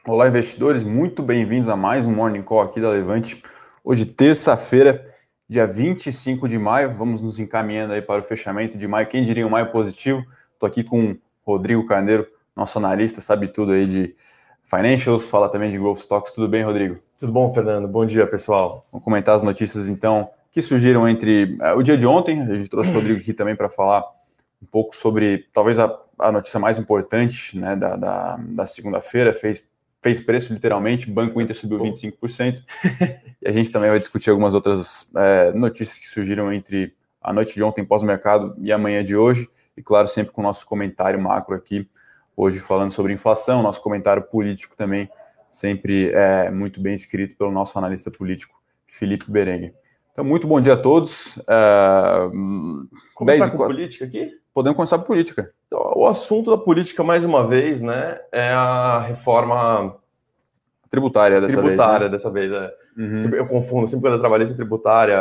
Olá, investidores, muito bem-vindos a mais um Morning Call aqui da Levante. Hoje, terça-feira, dia 25 de maio, vamos nos encaminhando aí para o fechamento de maio. Quem diria um maio positivo? Estou aqui com o Rodrigo Carneiro, nosso analista, sabe tudo aí de financials, fala também de growth stocks. Tudo bem, Rodrigo? Tudo bom, Fernando? Bom dia, pessoal. Vamos comentar as notícias, então, que surgiram entre o dia de ontem. A gente trouxe o Rodrigo aqui também para falar um pouco sobre, talvez, a notícia mais importante, né, da segunda-feira. Fez preço, literalmente, Banco Inter subiu 25%, e a gente também vai discutir algumas outras notícias que surgiram entre a noite de ontem, pós-mercado, e a manhã de hoje, e claro, sempre com o nosso comentário macro aqui, hoje falando sobre inflação, nosso comentário político também, sempre muito bem escrito pelo nosso analista político, Felipe Berenguer. Então, muito bom dia a todos. Começar com política aqui? Podemos começar por política. Então, o assunto da política, mais uma vez, né, é a reforma tributária dessa vez. Uhum. Eu confundo sempre quando eu trabalhei tributária.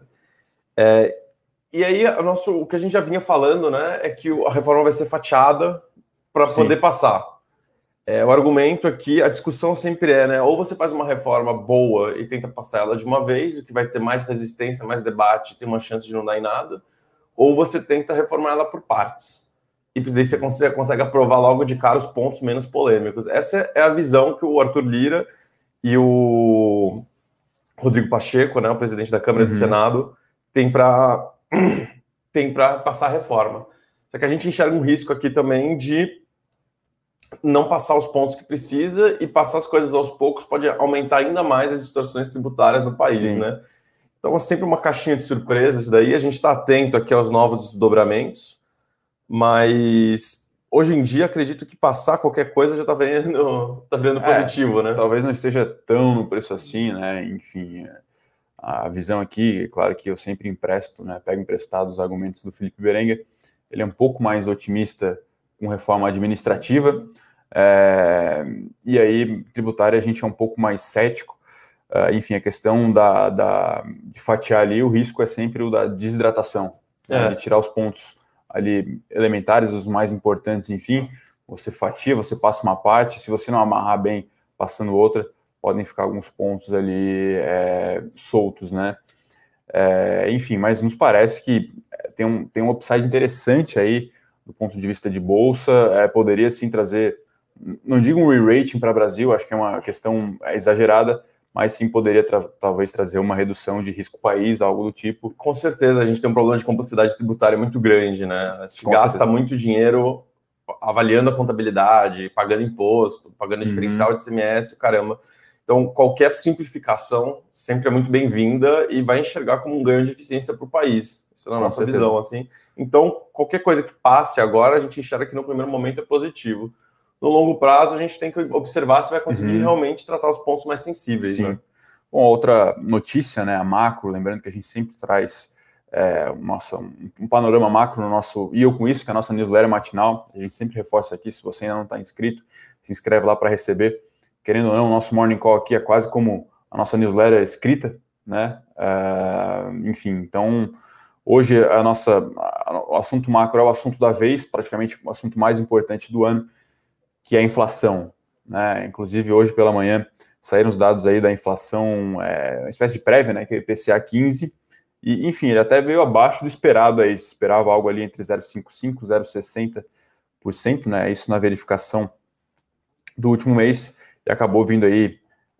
E aí, o que a gente já vinha falando, né, é que a reforma vai ser fatiada para poder passar. O argumento aqui, a discussão sempre né, ou você faz uma reforma boa e tenta passar ela de uma vez, o que vai ter mais resistência, mais debate, tem uma chance de não dar em nada, ou você tenta reformar ela por partes. E daí você consegue aprovar logo de cara os pontos menos polêmicos. Essa é a visão que o Arthur Lira e o Rodrigo Pacheco, né, o presidente da Câmara e do Senado, tem para passar a reforma. Só que a gente enxerga um risco aqui também de não passar os pontos que precisa e passar as coisas aos poucos pode aumentar ainda mais as distorções tributárias no país, né? Então é sempre uma caixinha de surpresas daí, a gente está atento aqui aos novos desdobramentos, mas hoje em dia acredito que passar qualquer coisa já está virando positivo, né? Talvez não esteja tão no preço assim, né? Enfim, a visão aqui, é claro que eu sempre empresto, né? Pego emprestado os argumentos do Felipe Berenguer, ele é um pouco mais otimista com reforma administrativa, e aí tributária a gente é um pouco mais cético. Enfim, a questão de fatiar ali, o risco é sempre o da desidratação, de tirar os pontos ali elementares, os mais importantes, enfim, você fatia, você passa uma parte, se você não amarrar bem, passando outra, podem ficar alguns pontos ali soltos, né? Enfim, mas nos parece que tem um upside interessante aí, do ponto de vista de bolsa, poderia sim trazer, não digo um re-rating para o Brasil, acho que é uma questão exagerada, mas sim poderia talvez trazer uma redução de risco país, algo do tipo. Com certeza, a gente tem um problema de complexidade tributária muito grande, né? A gente gasta muito dinheiro avaliando a contabilidade, pagando imposto, pagando diferencial de ICMS, caramba. Então, qualquer simplificação sempre é muito bem-vinda e vai enxergar como um ganho de eficiência para o país. Isso é a nossa visão, assim. Então, qualquer coisa que passe agora, a gente enxerga que no primeiro momento é positivo. No longo prazo, a gente tem que observar se vai conseguir realmente tratar os pontos mais sensíveis. Sim. Né? Bom, outra notícia, né, a macro, lembrando que a gente sempre traz um panorama macro no nosso, e eu com isso, que é a nossa newsletter matinal, a gente sempre reforça aqui, se você ainda não está inscrito, se inscreve lá para receber. Querendo ou não, o nosso Morning Call aqui é quase como a nossa newsletter escrita, né? Enfim, então, hoje o assunto macro é o assunto da vez, praticamente o assunto mais importante do ano, que é a inflação, né? Inclusive, hoje pela manhã, saíram os dados aí da inflação, uma espécie de prévia, né? Que é o IPCA 15, e, enfim, ele até veio abaixo do esperado aí, se esperava algo ali entre 0,55% e 0,60%, né? Isso na verificação do último mês, e acabou vindo aí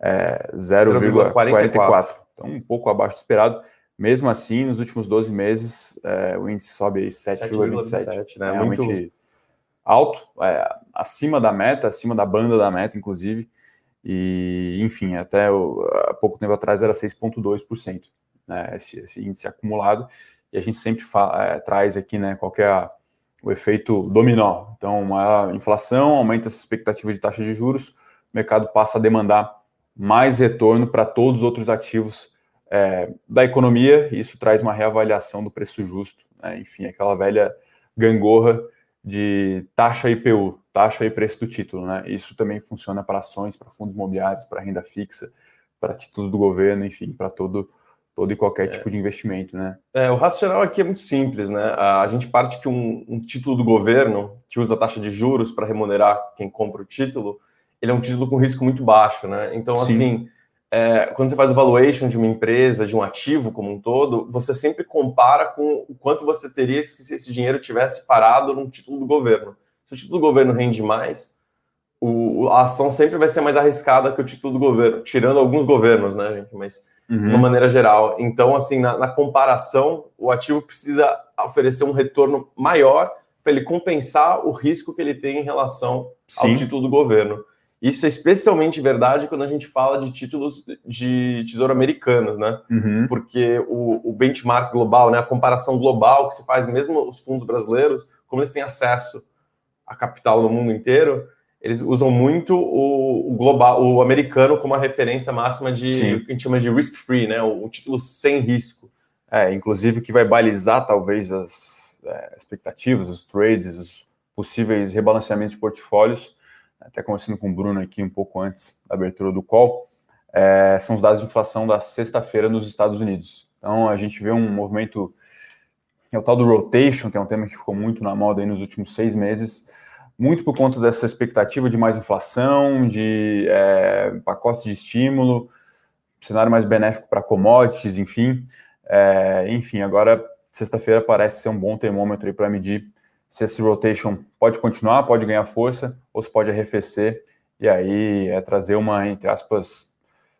0,44%. Então, um pouco abaixo do esperado. Mesmo assim, nos últimos 12 meses, o índice sobe aí 7,27%. Né? Realmente muito alto, acima da meta, acima da banda da meta, inclusive. E, enfim, até há pouco tempo atrás era 6,2%, né, esse índice acumulado. E a gente sempre traz aqui, né, qual que é o efeito dominó. Então, uma inflação, aumenta essa expectativa de taxa de juros, o mercado passa a demandar mais retorno para todos os outros ativos da economia, e isso traz uma reavaliação do preço justo, né? Enfim, aquela velha gangorra de taxa IPU, taxa e preço do título, né? Isso também funciona para ações, para fundos imobiliários, para renda fixa, para títulos do governo, enfim, para todo e qualquer tipo de investimento, né? O racional aqui é muito simples, né? A gente parte que um título do governo, que usa a taxa de juros para remunerar quem compra o título, ele é um título com risco muito baixo, né? Então, Sim. assim, quando você faz o valuation de uma empresa, de um ativo como um todo, você sempre compara com o quanto você teria se esse dinheiro tivesse parado num título do governo. Se o título do governo rende mais, a ação sempre vai ser mais arriscada que o título do governo, tirando alguns governos, né, gente? Mas de uma maneira geral. Então, assim, na comparação, o ativo precisa oferecer um retorno maior para ele compensar o risco que ele tem em relação ao título do governo. Isso é especialmente verdade quando a gente fala de títulos de tesouro americanos, né? Porque o benchmark global, né, a comparação global que se faz, mesmo os fundos brasileiros, como eles têm acesso a capital no mundo inteiro, eles usam muito o global, o americano como a referência máxima de o que a gente chama de risk-free, né? O título sem risco. Inclusive que vai balizar talvez as expectativas, os trades, os possíveis rebalanceamentos de portfólios. Até conversando com o Bruno aqui um pouco antes da abertura do call, são os dados de inflação da sexta-feira nos Estados Unidos. Então a gente vê um movimento, é o tal do rotation, que é um tema que ficou muito na moda aí nos últimos 6 meses, muito por conta dessa expectativa de mais inflação, de pacotes de estímulo, cenário mais benéfico para commodities, enfim. Enfim, agora, sexta-feira parece ser um bom termômetro para medir se esse rotation pode continuar, pode ganhar força, ou se pode arrefecer, e aí trazer uma, entre aspas,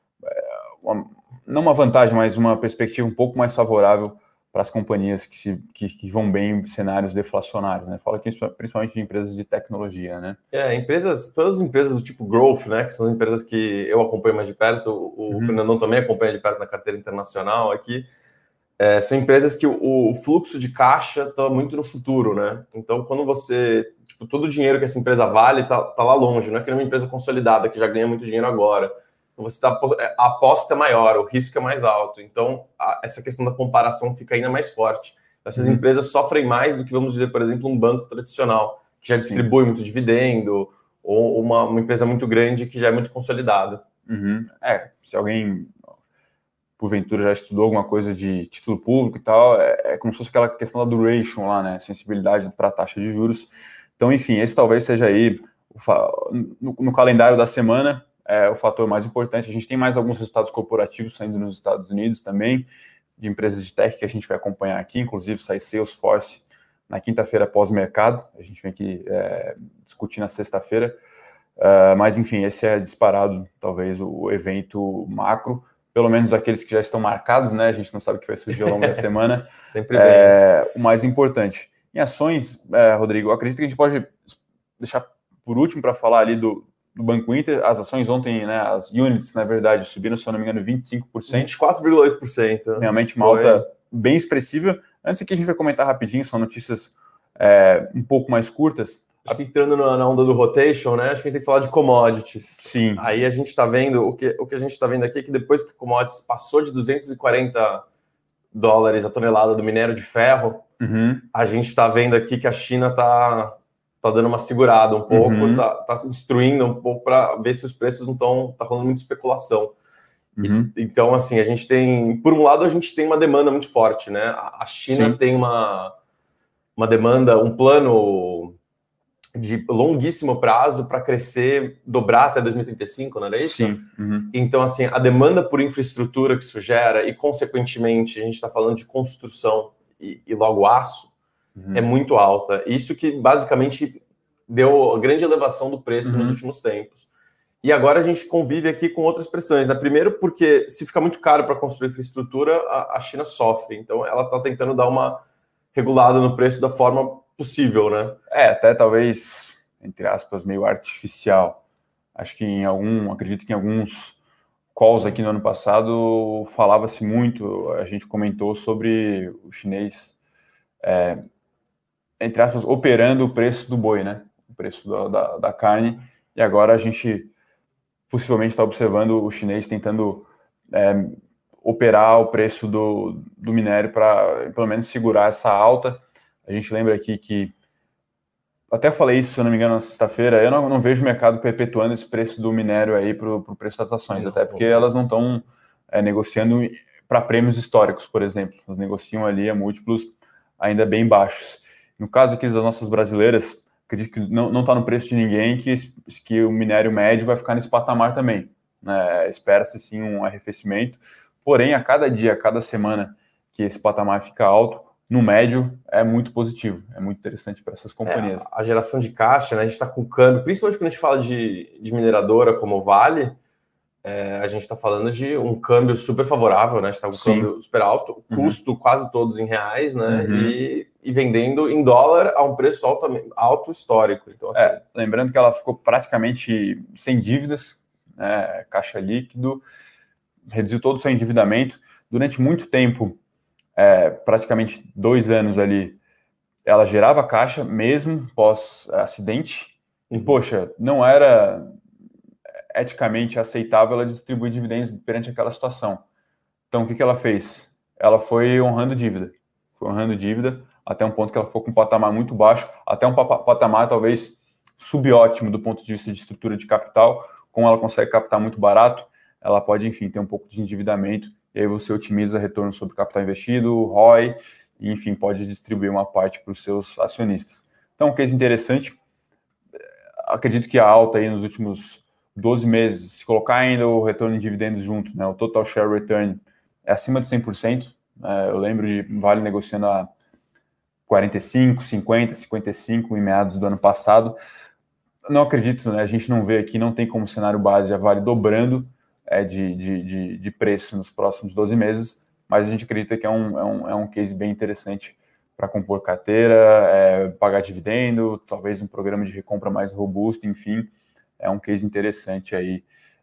não uma vantagem, mas uma perspectiva um pouco mais favorável para as companhias que vão bem em cenários deflacionários, né? Fala aqui principalmente de empresas de tecnologia, né? Todas as empresas do tipo growth, né? Que são as empresas que eu acompanho mais de perto, o Fernandão também acompanha de perto na carteira internacional aqui. São empresas que o fluxo de caixa está muito no futuro, né? Então, quando você... todo o dinheiro que essa empresa vale está lá longe, não é que é uma empresa consolidada que já ganha muito dinheiro agora. A aposta é maior, o risco é mais alto. Então, essa questão da comparação fica ainda mais forte. Essas empresas sofrem mais do que, vamos dizer, por exemplo, um banco tradicional, que já distribui muito dividendo, ou uma empresa muito grande que já é muito consolidada. Se alguém, porventura, já estudou alguma coisa de título público e tal, é como se fosse aquela questão da duration lá, né? Sensibilidade para a taxa de juros. Então, enfim, esse talvez seja aí, no calendário da semana, o fator mais importante. A gente tem mais alguns resultados corporativos saindo nos Estados Unidos também, de empresas de tech que a gente vai acompanhar aqui, inclusive sai Salesforce na quinta-feira pós-mercado, a gente vem aqui discutir na sexta-feira, mas enfim, esse é disparado, talvez, o evento macro, pelo menos aqueles que já estão marcados, né? A gente não sabe o que vai surgir ao longo da semana. Sempre bem. O mais importante. Em ações, Rodrigo, eu acredito que a gente pode deixar por último para falar ali do Banco Inter. As ações ontem, né, as units, na verdade, subiram, se eu não me engano, 25%. 24,8%. Realmente uma alta bem expressiva. Antes aqui a gente vai comentar rapidinho, são notícias um pouco mais curtas. Acho que entrando na onda do rotation, né? Acho que a gente tem que falar de commodities. Sim. Aí a gente está vendo, o que a gente está vendo aqui é que depois que commodities passou de $240 a tonelada do minério de ferro, a gente está vendo aqui que a China está dando uma segurada um pouco, está instruindo um pouco para ver se os preços não estão... Está rolando muita especulação. Então, assim, a gente tem... Por um lado, a gente tem uma demanda muito forte, né? A China tem uma demanda, um plano de longuíssimo prazo para crescer, dobrar até 2035, não era isso? Sim. Então, assim, a demanda por infraestrutura que isso gera e, consequentemente, a gente está falando de construção e logo aço, é muito alta. Isso que, basicamente, deu a grande elevação do preço nos últimos tempos. E agora a gente convive aqui com outras pressões, né? Primeiro porque, se fica muito caro para construir infraestrutura, a China sofre. Então, ela está tentando dar uma regulada no preço da forma possível, né? Até talvez, entre aspas, meio artificial. Acho que acredito que em alguns calls aqui no ano passado falava-se muito, a gente comentou sobre o chinês, entre aspas, operando o preço do boi, né? O preço da carne, e agora a gente possivelmente está observando o chinês tentando operar o preço do minério para, pelo menos, segurar essa alta. A gente lembra aqui que, até falei isso, se eu não me engano, na sexta-feira, eu não vejo o mercado perpetuando esse preço do minério aí para o preço das ações, até porque elas não estão negociando para prêmios históricos, por exemplo. Elas negociam ali a múltiplos ainda bem baixos. No caso aqui das nossas brasileiras, acredito que não está no preço de ninguém que o minério médio vai ficar nesse patamar também, né? Espera-se sim um arrefecimento, porém a cada dia, a cada semana que esse patamar fica alto, no médio é muito positivo, é muito interessante para essas companhias. A geração de caixa, né? A gente está com câmbio, principalmente quando a gente fala de mineradora como Vale, a gente está falando de um câmbio super favorável, né? A gente está com um câmbio super alto, custo quase todos em reais, né? E vendendo em dólar a um preço alto histórico. Então, assim... lembrando que ela ficou praticamente sem dívidas, né? Caixa líquido, reduziu todo o seu endividamento. Durante muito tempo, praticamente 2 anos ali, ela gerava caixa mesmo pós-acidente. E, poxa, não era eticamente aceitável ela distribuir dividendos perante aquela situação. Então, o que ela fez? Ela foi honrando dívida. Até um ponto que ela ficou com um patamar muito baixo, até um patamar talvez subótimo do ponto de vista de estrutura de capital. Como ela consegue captar muito barato, ela pode, enfim, ter um pouco de endividamento, e aí você otimiza retorno sobre capital investido, ROI, e, enfim, pode distribuir uma parte para os seus acionistas. Então, um case interessante. Acredito que a alta aí nos últimos 12 meses, se colocar ainda o retorno em dividendos junto, né, o total share return é acima de 100%. Eu lembro de Vale negociando a 45, 50, 55 em meados do ano passado. Não acredito, né, a gente não vê aqui, não tem como cenário base a Vale dobrando de preço nos próximos 12 meses, mas a gente acredita que é um case bem interessante para compor carteira, pagar dividendo, talvez um programa de recompra mais robusto, enfim, é um case interessante aí,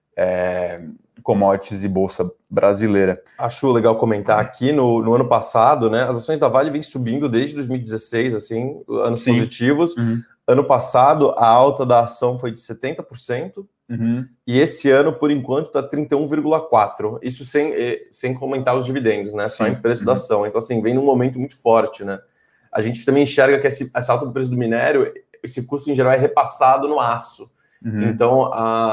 commodities e bolsa brasileira. Acho legal comentar aqui, no ano passado, né, as ações da Vale vêm subindo desde 2016, assim, anos positivos. Ano passado, a alta da ação foi de 70%, e esse ano, por enquanto, está 31,4%. Isso sem comentar os dividendos, né? Só em preço da ação. Então, assim, vem num momento muito forte, né? A gente também enxerga que essa alta do preço do minério, esse custo, em geral, é repassado no aço. Então,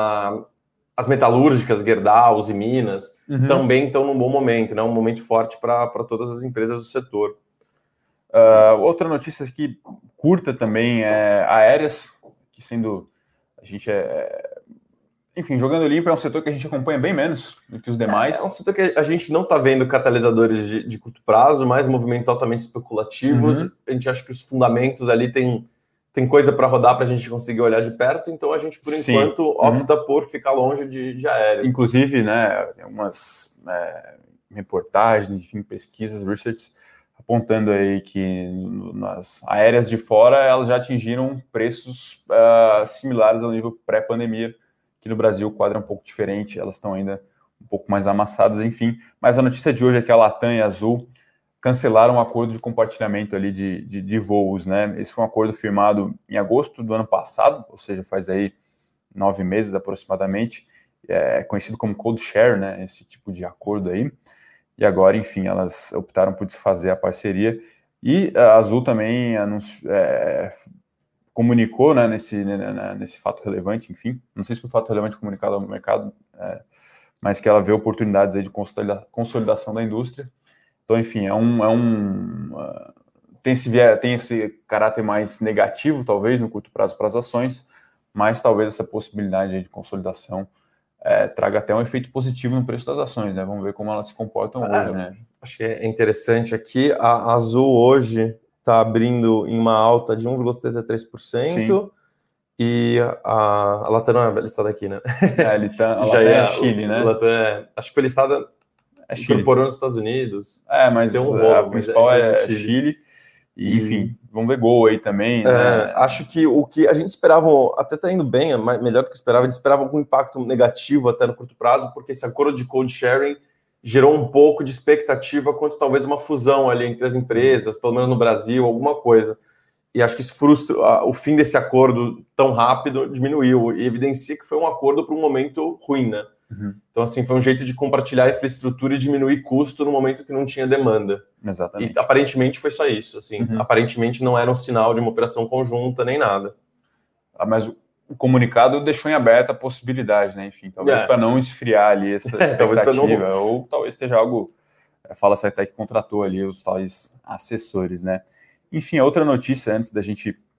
as metalúrgicas, Gerdau, e Minas, também estão num bom momento, né? Um momento forte para todas as empresas do setor. Outra notícia aqui, curta também, aéreas, que sendo... A gente enfim, jogando limpo é um setor que a gente acompanha bem menos do que os demais. É um setor que a gente não está vendo catalisadores de curto prazo, mas movimentos altamente especulativos. A gente acha que os fundamentos ali tem coisa para rodar para a gente conseguir olhar de perto, então a gente, por enquanto, opta por ficar longe de aéreos. Inclusive, né, tem algumas reportagens, enfim, pesquisas, research, apontando aí que nas aéreas de fora elas já atingiram preços similares ao nível pré-pandemia. Aqui no Brasil o quadro é um pouco diferente, elas estão ainda um pouco mais amassadas, enfim. Mas a notícia de hoje é que a Latam e a Azul cancelaram um acordo de compartilhamento ali de voos, né? Esse foi um acordo firmado em agosto do ano passado, ou seja, faz aí 9 meses aproximadamente, conhecido como code share, né? Esse tipo de acordo aí. E agora, enfim, elas optaram por desfazer a parceria. E a Azul também comunicou, né, nesse fato relevante, enfim, não sei se foi fato relevante comunicado ao mercado, mas que ela vê oportunidades aí de consolidação da indústria. Então, enfim, tem esse caráter mais negativo, talvez, no curto prazo para as ações, mas talvez essa possibilidade aí de consolidação traga até um efeito positivo no preço das ações, né? Vamos ver como elas se comportam hoje, né? Acho que é interessante aqui, a Azul hoje está abrindo em uma alta de 1,73%. E a Latam não é listada aqui, né? A Latam é Chile, né? Latam acho que foi listada incorporou nos Estados Unidos. Mas a principal é Chile. E, enfim, vamos ver gol aí também. Né? Acho que o que a gente esperava, até tá indo bem, melhor do que esperava, a gente esperava algum impacto negativo até no curto prazo, porque esse acordo de code sharing gerou um pouco de expectativa quanto talvez uma fusão ali entre as empresas, pelo menos no Brasil, alguma coisa. E acho que isso frustra, o fim desse acordo tão rápido diminuiu e evidencia que foi um acordo para um momento ruim, né? Então, assim, foi um jeito de compartilhar a infraestrutura e diminuir custo no momento que não tinha demanda. Exatamente. E aparentemente foi só isso, assim. Aparentemente não era um sinal de uma operação conjunta nem nada. Mas o comunicado deixou em aberto a possibilidade, né? Enfim, talvez para não esfriar ali essa expectativa, ou talvez esteja algo... Fala se até que contratou ali os tais assessores, né? Enfim, outra notícia antes da gente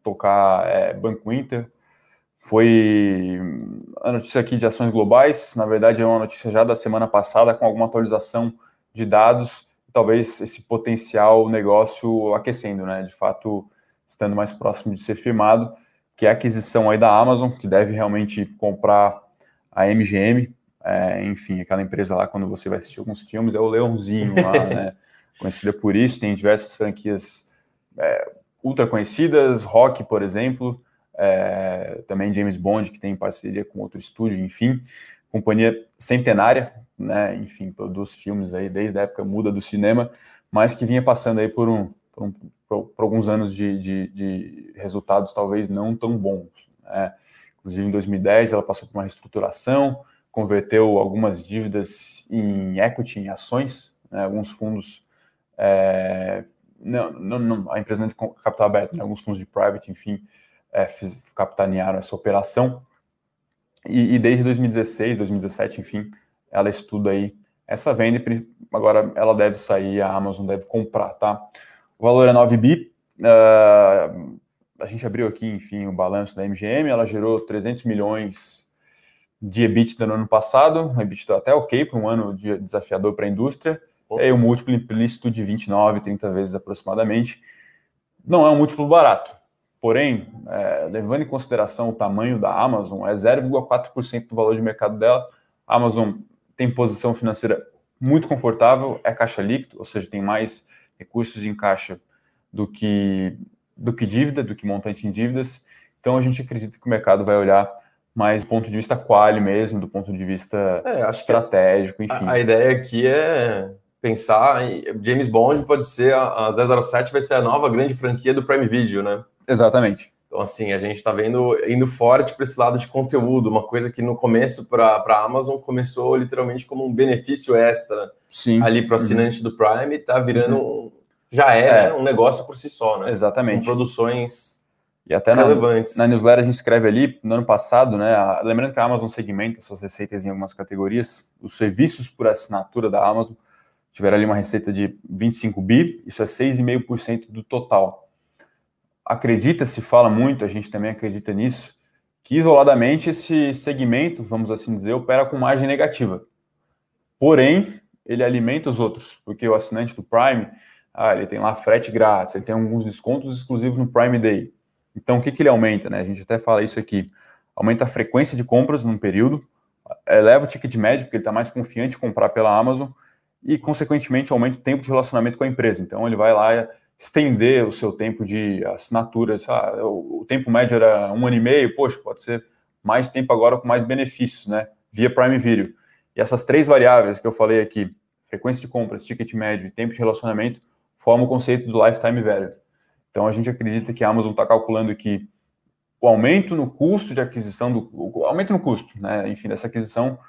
tocar Banco Inter. Foi a notícia aqui de ações globais, na verdade é uma notícia já da semana passada, com alguma atualização de dados, talvez esse potencial negócio aquecendo, né? De fato, estando mais próximo de ser firmado, que é a aquisição aí da Amazon, que deve realmente comprar a MGM, enfim, aquela empresa lá, quando você vai assistir alguns filmes, é o Leãozinho lá, né? Conhecida por isso, tem diversas franquias ultra conhecidas, Rock, por exemplo, também James Bond, que tem parceria com outro estúdio, enfim, companhia centenária, né? Enfim, produz filmes aí desde a época muda do cinema, mas que vinha passando aí por alguns anos de resultados talvez não tão bons, né? Inclusive em 2010 ela passou por uma reestruturação, converteu algumas dívidas em equity, em ações, né? Alguns fundos, não, a empresa não de capital aberto, né? Alguns fundos de private, enfim, capitanearam essa operação, e desde 2016, 2017, enfim, ela estuda aí essa venda, e agora ela deve sair, a Amazon deve comprar, tá? O valor é 9 bi, a gente abriu aqui, enfim, o balanço da MGM, ela gerou 300 milhões de EBITDA no ano passado, EBITDA até ok para um ano desafiador para a indústria, e um múltiplo implícito de 29, 30 vezes aproximadamente. Não é um múltiplo barato, porém, levando em consideração o tamanho da Amazon, é 0,4% do valor de mercado dela. A Amazon tem posição financeira muito confortável, é caixa líquido, ou seja, tem mais recursos em caixa do que dívida, do que montante em dívidas. Então a gente acredita que o mercado vai olhar mais do ponto de vista quali mesmo, do ponto de vista estratégico, enfim. A ideia aqui é pensar em James Bond pode ser a 007 vai ser a nova grande franquia do Prime Video, né? Exatamente. Então, assim, a gente está indo forte para esse lado de conteúdo, uma coisa que no começo para a Amazon começou literalmente como um benefício extra. Sim. Ali para o assinante do Prime, está virando né, um negócio por si só, né? Exatamente. Com produções e até relevantes. Na newsletter a gente escreve ali, no ano passado, né? Lembrando que a Amazon segmenta suas receitas em algumas categorias, os serviços por assinatura da Amazon tiveram ali uma receita de 25 bi, isso é 6,5% do total. Acredita-se, fala muito, a gente também acredita nisso, que isoladamente esse segmento, vamos assim dizer, opera com margem negativa. Porém, ele alimenta os outros, porque o assinante do Prime, ele tem lá frete grátis, ele tem alguns descontos exclusivos no Prime Day. Então, o que ele aumenta, né? A gente até fala isso aqui. Aumenta a frequência de compras num período, eleva o ticket médio, porque ele está mais confiante em comprar pela Amazon, e, consequentemente, aumenta o tempo de relacionamento com a empresa. Então, ele vai lá estender o seu tempo de assinatura. O tempo médio era 1 ano e meio, poxa, pode ser mais tempo agora com mais benefícios, né? Via Prime Video. E essas 3 variáveis que eu falei aqui, frequência de compras, ticket médio e tempo de relacionamento, formam o conceito do Lifetime Value. Então, a gente acredita que a Amazon está calculando que o aumento no custo de aquisição, aumento no custo, né? Enfim, dessa aquisição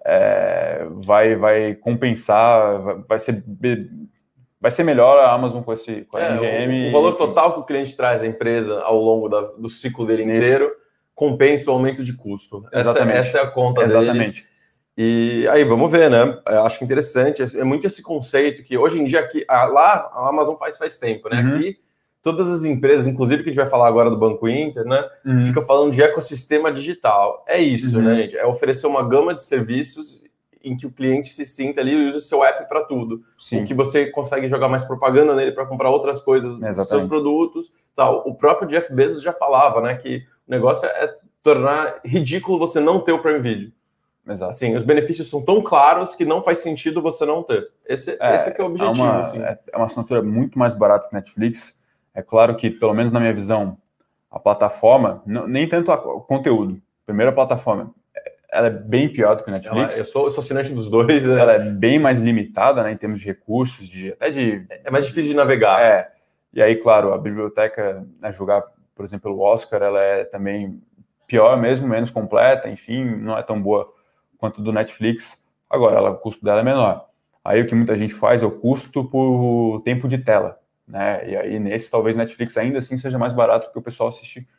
vai compensar, vai ser melhor a Amazon com a MGM. O valor total que o cliente traz à empresa ao longo do ciclo dele inteiro compensa o aumento de custo. Essa é a conta deles. E aí, vamos ver, né? Eu acho que interessante, é muito esse conceito que hoje em dia aqui, lá a Amazon faz tempo, né? Aqui, todas as empresas, inclusive que a gente vai falar agora do Banco Inter, né? Fica falando de ecossistema digital. É isso, né, gente? É oferecer uma gama de serviços em que o cliente se sinta ali e use o seu app para tudo. Sim. O que você consegue jogar mais propaganda nele para comprar outras coisas dos seus produtos. Tal. O próprio Jeff Bezos já falava, né, que o negócio é tornar ridículo você não ter o Prime Video. Exato. Assim, os benefícios são tão claros que não faz sentido você não ter. Esse que é o objetivo. É uma assinatura muito mais barata que Netflix. É claro que, pelo menos na minha visão, a plataforma, nem tanto o conteúdo. Primeiro, a plataforma, ela é bem pior do que o Netflix. Eu sou assinante dos dois. Né? Ela é bem mais limitada, né, em termos de recursos, É mais difícil de navegar. E aí, claro, a biblioteca, né, jogar, por exemplo, o Oscar, ela é também pior mesmo, menos completa, enfim, não é tão boa quanto do Netflix. Agora, o custo dela é menor. Aí o que muita gente faz é o custo por tempo de tela, né? E aí, talvez Netflix ainda assim seja mais barato, porque o pessoal assiste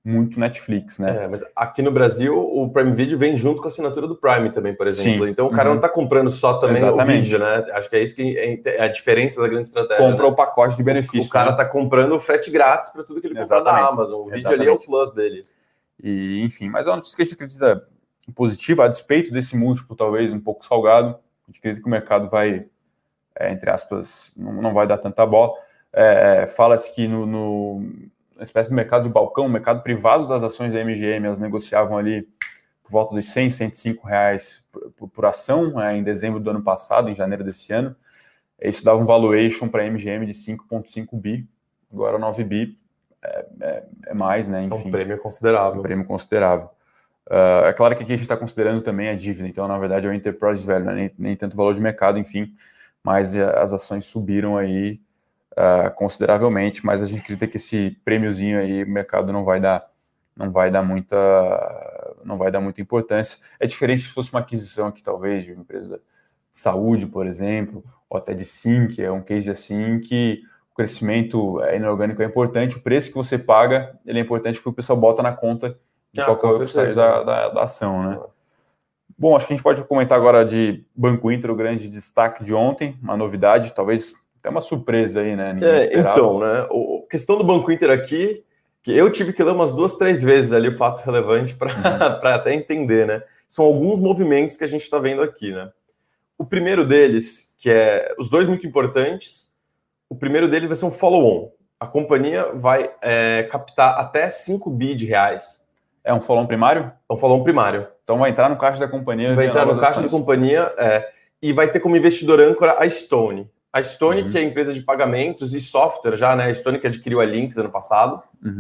muito Netflix, né? Mas aqui no Brasil, o Prime Video vem junto com a assinatura do Prime também, por exemplo. Sim. Então o cara não está comprando só também Exatamente. O vídeo, né? Acho que é isso que é a diferença da grande estratégia. Compra o pacote de benefícios. O cara está comprando o frete grátis para tudo que ele compra da Amazon. O vídeo ali é o plus dele. E, enfim, mas é uma notícia que a gente acredita positiva, a despeito desse múltiplo talvez um pouco salgado. A gente acredita que o mercado vai, entre aspas, não vai dar tanta bola. Fala-se que na espécie de mercado de balcão, o mercado privado das ações da MGM, elas negociavam ali por volta dos R$100, R$105 por ação, em dezembro do ano passado, em janeiro desse ano. Isso dava um valuation para a MGM de 5,5 bi, agora 9 bi é mais, né? Enfim, um prêmio considerável. Um prêmio considerável. É claro que aqui a gente está considerando também a dívida, então na verdade é o enterprise value, né? nem tanto valor de mercado, enfim, mas as ações subiram aí consideravelmente, mas a gente acredita que esse prêmiozinho aí o mercado não vai dar muita importância. É diferente se fosse uma aquisição aqui, talvez, de uma empresa de saúde, por exemplo, ou até de SIM, que é um case assim que o crescimento inorgânico é importante, o preço que você paga ele é importante porque o pessoal bota na conta de qual é o preço da ação, né? Bom, acho que a gente pode comentar agora de Banco Inter, o grande destaque de ontem, uma novidade, talvez até uma surpresa aí, né? Então, né? A questão do Banco Inter aqui, que eu tive que ler umas 2, 3 vezes ali o fato relevante para até entender, né? São alguns movimentos que a gente está vendo aqui, né? O primeiro deles, que é os dois muito importantes, o primeiro deles vai ser um follow-on. A companhia vai captar até 5 bi de reais. É um follow-on primário? É um follow-on primário. Então vai entrar no caixa da companhia. Vai entrar no caixa da companhia e vai ter como investidor âncora a Stone. A Stone, que é a empresa de pagamentos e software já, né? A Stone que adquiriu a Lynx ano passado.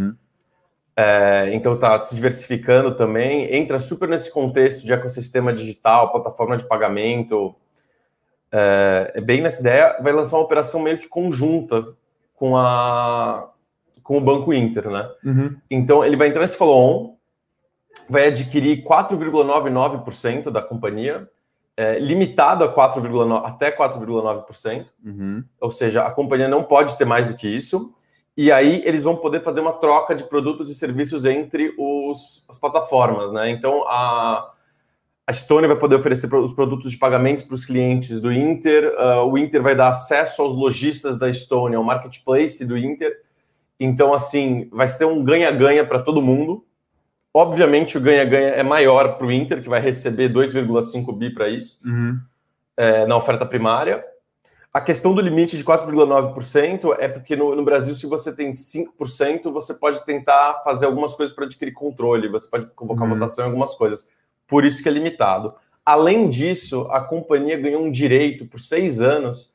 Então está se diversificando também. Entra super nesse contexto de ecossistema digital, plataforma de pagamento. Bem nessa ideia. Vai lançar uma operação meio que conjunta com o Banco Inter, né? Então ele vai entrar nesse follow-on, vai adquirir 4,99% da companhia, limitado a até 4,9%, ou seja, a companhia não pode ter mais do que isso, e aí eles vão poder fazer uma troca de produtos e serviços entre as plataformas, né? Então a Stone vai poder oferecer os produtos de pagamentos para os clientes do Inter, o Inter vai dar acesso aos lojistas da Stone, ao marketplace do Inter, então assim, vai ser um ganha-ganha para todo mundo. Obviamente, o ganha-ganha é maior para o Inter, que vai receber 2,5 bi para isso, na oferta primária. A questão do limite de 4,9% é porque no Brasil, se você tem 5%, você pode tentar fazer algumas coisas para adquirir controle, você pode convocar votação em algumas coisas. Por isso que é limitado. Além disso, a companhia ganhou um direito por 6 anos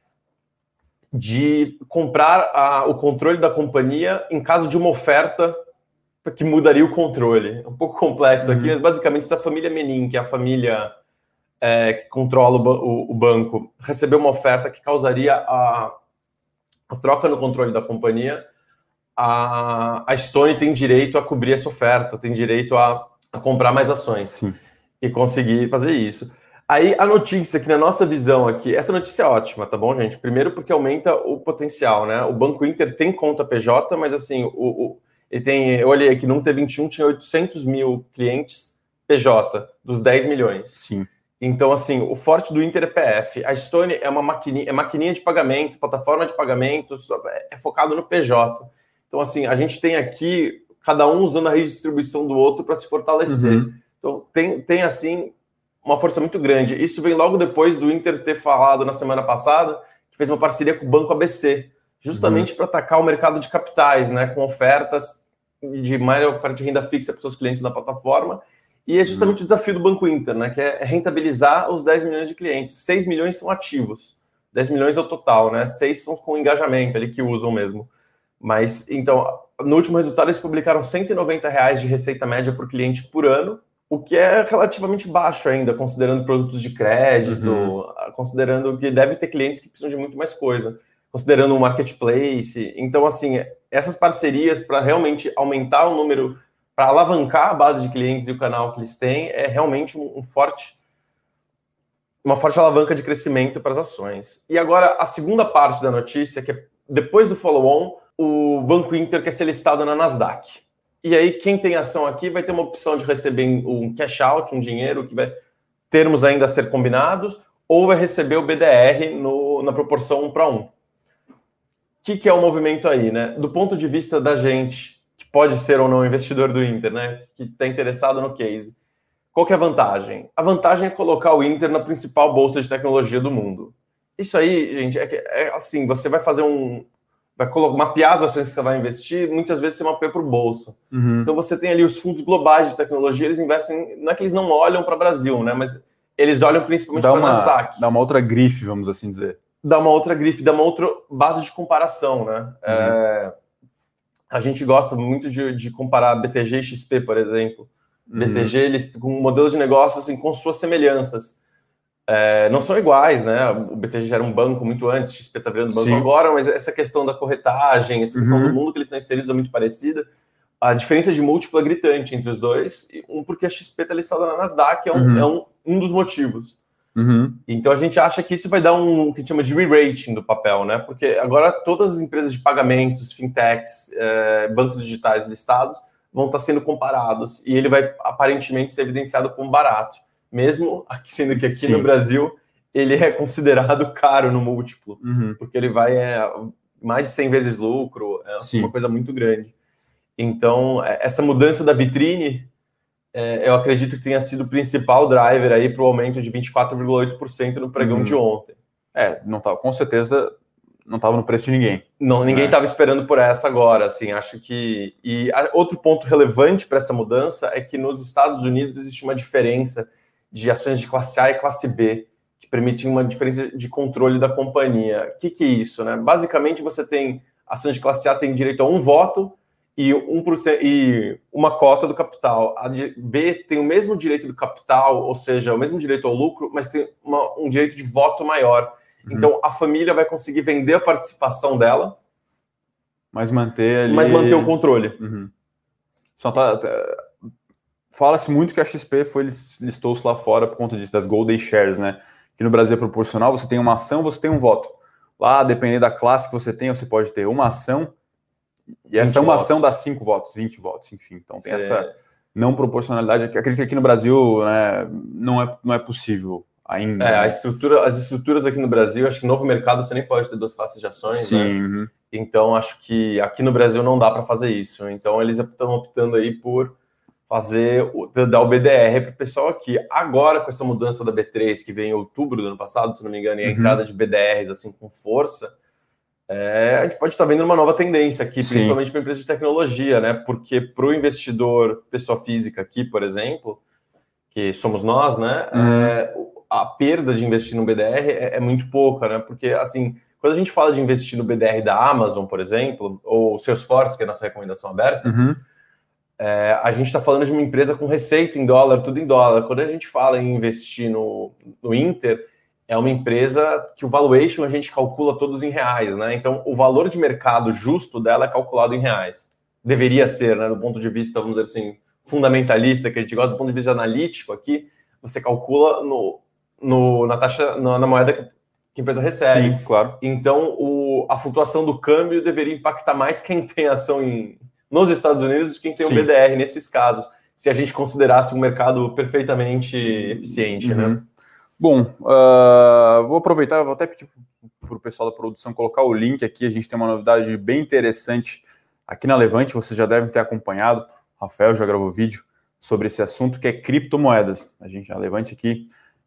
de comprar o controle da companhia em caso de uma oferta que mudaria o controle. É um pouco complexo aqui, mas basicamente essa família Menin, que é a família que controla o banco, recebeu uma oferta que causaria a troca no controle da companhia. A Stone tem direito a cobrir essa oferta, tem direito a comprar mais ações e conseguir fazer isso. Aí a notícia que na nossa visão aqui, essa notícia é ótima, tá bom, gente? Primeiro porque aumenta o potencial, né? O Banco Inter tem conta PJ, mas assim, eu olhei aqui, no T21 tinha 800 mil clientes PJ, dos 10 milhões. Sim. Então, assim, o forte do Inter é PF. A Stone é uma maquininha de pagamento, plataforma de pagamento, é focado no PJ. Então, assim, a gente tem aqui, cada um usando a redistribuição do outro para se fortalecer. Então, tem, assim, uma força muito grande. Isso vem logo depois do Inter ter falado na semana passada, que fez uma parceria com o Banco ABC, justamente para atacar o mercado de capitais, né, com ofertas de maior oferta de renda fixa para os seus clientes na plataforma. E é justamente o desafio do Banco Inter, né, que é rentabilizar os 10 milhões de clientes. 6 milhões são ativos, 10 milhões é o total, né? 6 são com engajamento ali que usam mesmo. Mas, então, no último resultado, eles publicaram R$190 de receita média por cliente por ano, o que é relativamente baixo ainda, considerando produtos de crédito, considerando que deve ter clientes que precisam de muito mais coisa, considerando um marketplace. Então, assim, essas parcerias para realmente aumentar o número, para alavancar a base de clientes e o canal que eles têm, é realmente uma forte alavanca de crescimento para as ações. E agora, a segunda parte da notícia, que é depois do follow-on, o Banco Inter quer ser listado na Nasdaq. E aí, quem tem ação aqui vai ter uma opção de receber um cash out, um dinheiro que vai termos ainda a ser combinados, ou vai receber o BDR na proporção 1:1. O que é o movimento aí, né? Do ponto de vista da gente, que pode ser ou não investidor do Inter, né? Que está interessado no case. Qual que é a vantagem? A vantagem é colocar o Inter na principal bolsa de tecnologia do mundo. Isso aí, gente, é assim, você vai fazer vai mapear as ações que você vai investir, muitas vezes você mapeia por bolsa. Então você tem ali os fundos globais de tecnologia, eles investem, não é que eles não olham para o Brasil, né? Mas eles olham principalmente para o Nasdaq. Dá uma outra grife, vamos assim dizer. Dá uma outra grife, dá uma outra base de comparação, né? A gente gosta muito de comparar BTG e XP, por exemplo. BTG, eles com modelos de negócio assim, com suas semelhanças. Não são iguais, né? O BTG já era um banco muito antes, XP está virando banco agora, mas essa questão da corretagem, essa questão do mundo que eles estão inseridos é muito parecida. A diferença de múltiplo é gritante entre os dois, porque a XP está listada na Nasdaq, é um dos motivos. Então a gente acha que isso vai dar o que a gente chama de re-rating do papel, né? Porque agora todas as empresas de pagamentos, fintechs, bancos digitais listados vão estar sendo comparados e ele vai aparentemente ser evidenciado como barato, mesmo sendo que aqui no Brasil ele é considerado caro no múltiplo, porque ele vai mais de 100 vezes lucro, uma coisa muito grande. Então essa mudança da vitrine eu acredito que tenha sido o principal driver aí para o aumento de 24,8% no pregão de ontem. Não tava, com certeza não estava no preço de ninguém. Não, ninguém estava esperando por essa agora, assim, acho que... outro ponto relevante para essa mudança é que nos Estados Unidos existe uma diferença de ações de classe A e classe B, que permite uma diferença de controle da companhia. O que é isso, né? Basicamente, você tem... Ações de classe A tem direito a 1 voto e 1% e uma cota do capital. A de B tem o mesmo direito do capital, ou seja, o mesmo direito ao lucro, mas tem um direito de voto maior. Então, a família vai conseguir vender a participação dela, mas manter o controle. Fala-se muito que a XP listou-se lá fora por conta disso, das Golden Shares, né? Que no Brasil é proporcional, você tem uma ação, você tem um voto. Lá, dependendo da classe que você tem, você pode ter uma ação, e essa uma ação dá 5 votos, 20 votos, enfim. Então, tem essa não proporcionalidade. Acredito que aqui no Brasil, né, não é possível ainda. Né? As estruturas aqui no Brasil, acho que no novo mercado você nem pode ter 2 classes de ações, né? Então, acho que aqui no Brasil não dá para fazer isso. Então, eles estão optando aí por dar o BDR para o pessoal aqui. Agora, com essa mudança da B3, que veio em outubro do ano passado, se não me engano, e a entrada de BDRs assim com força, a gente pode estar vendo uma nova tendência aqui, principalmente para empresas de tecnologia, né? Porque para o investidor, pessoa física aqui, por exemplo, que somos nós, né? A perda de investir no BDR é muito pouca, né? Porque, assim, quando a gente fala de investir no BDR da Amazon, por exemplo, ou Salesforce, que é a nossa recomendação aberta, a gente está falando de uma empresa com receita em dólar, tudo em dólar. Quando a gente fala em investir no Inter, é uma empresa que o valuation a gente calcula todos em reais, né? Então, o valor de mercado justo dela é calculado em reais. Deveria ser, né? Do ponto de vista, vamos dizer assim, fundamentalista, que a gente gosta, do ponto de vista analítico aqui, você calcula na taxa, na moeda que a empresa recebe. Sim, claro. Então, a flutuação do câmbio deveria impactar mais quem tem ação nos Estados Unidos do que quem tem o BDR nesses casos, se a gente considerasse um mercado perfeitamente eficiente, né? Bom, vou aproveitar, vou até pedir para o pessoal da produção colocar o link aqui. A gente tem uma novidade bem interessante aqui na Levante, vocês já devem ter acompanhado. O Rafael já gravou vídeo sobre esse assunto, que é criptomoedas. A Levante aqui,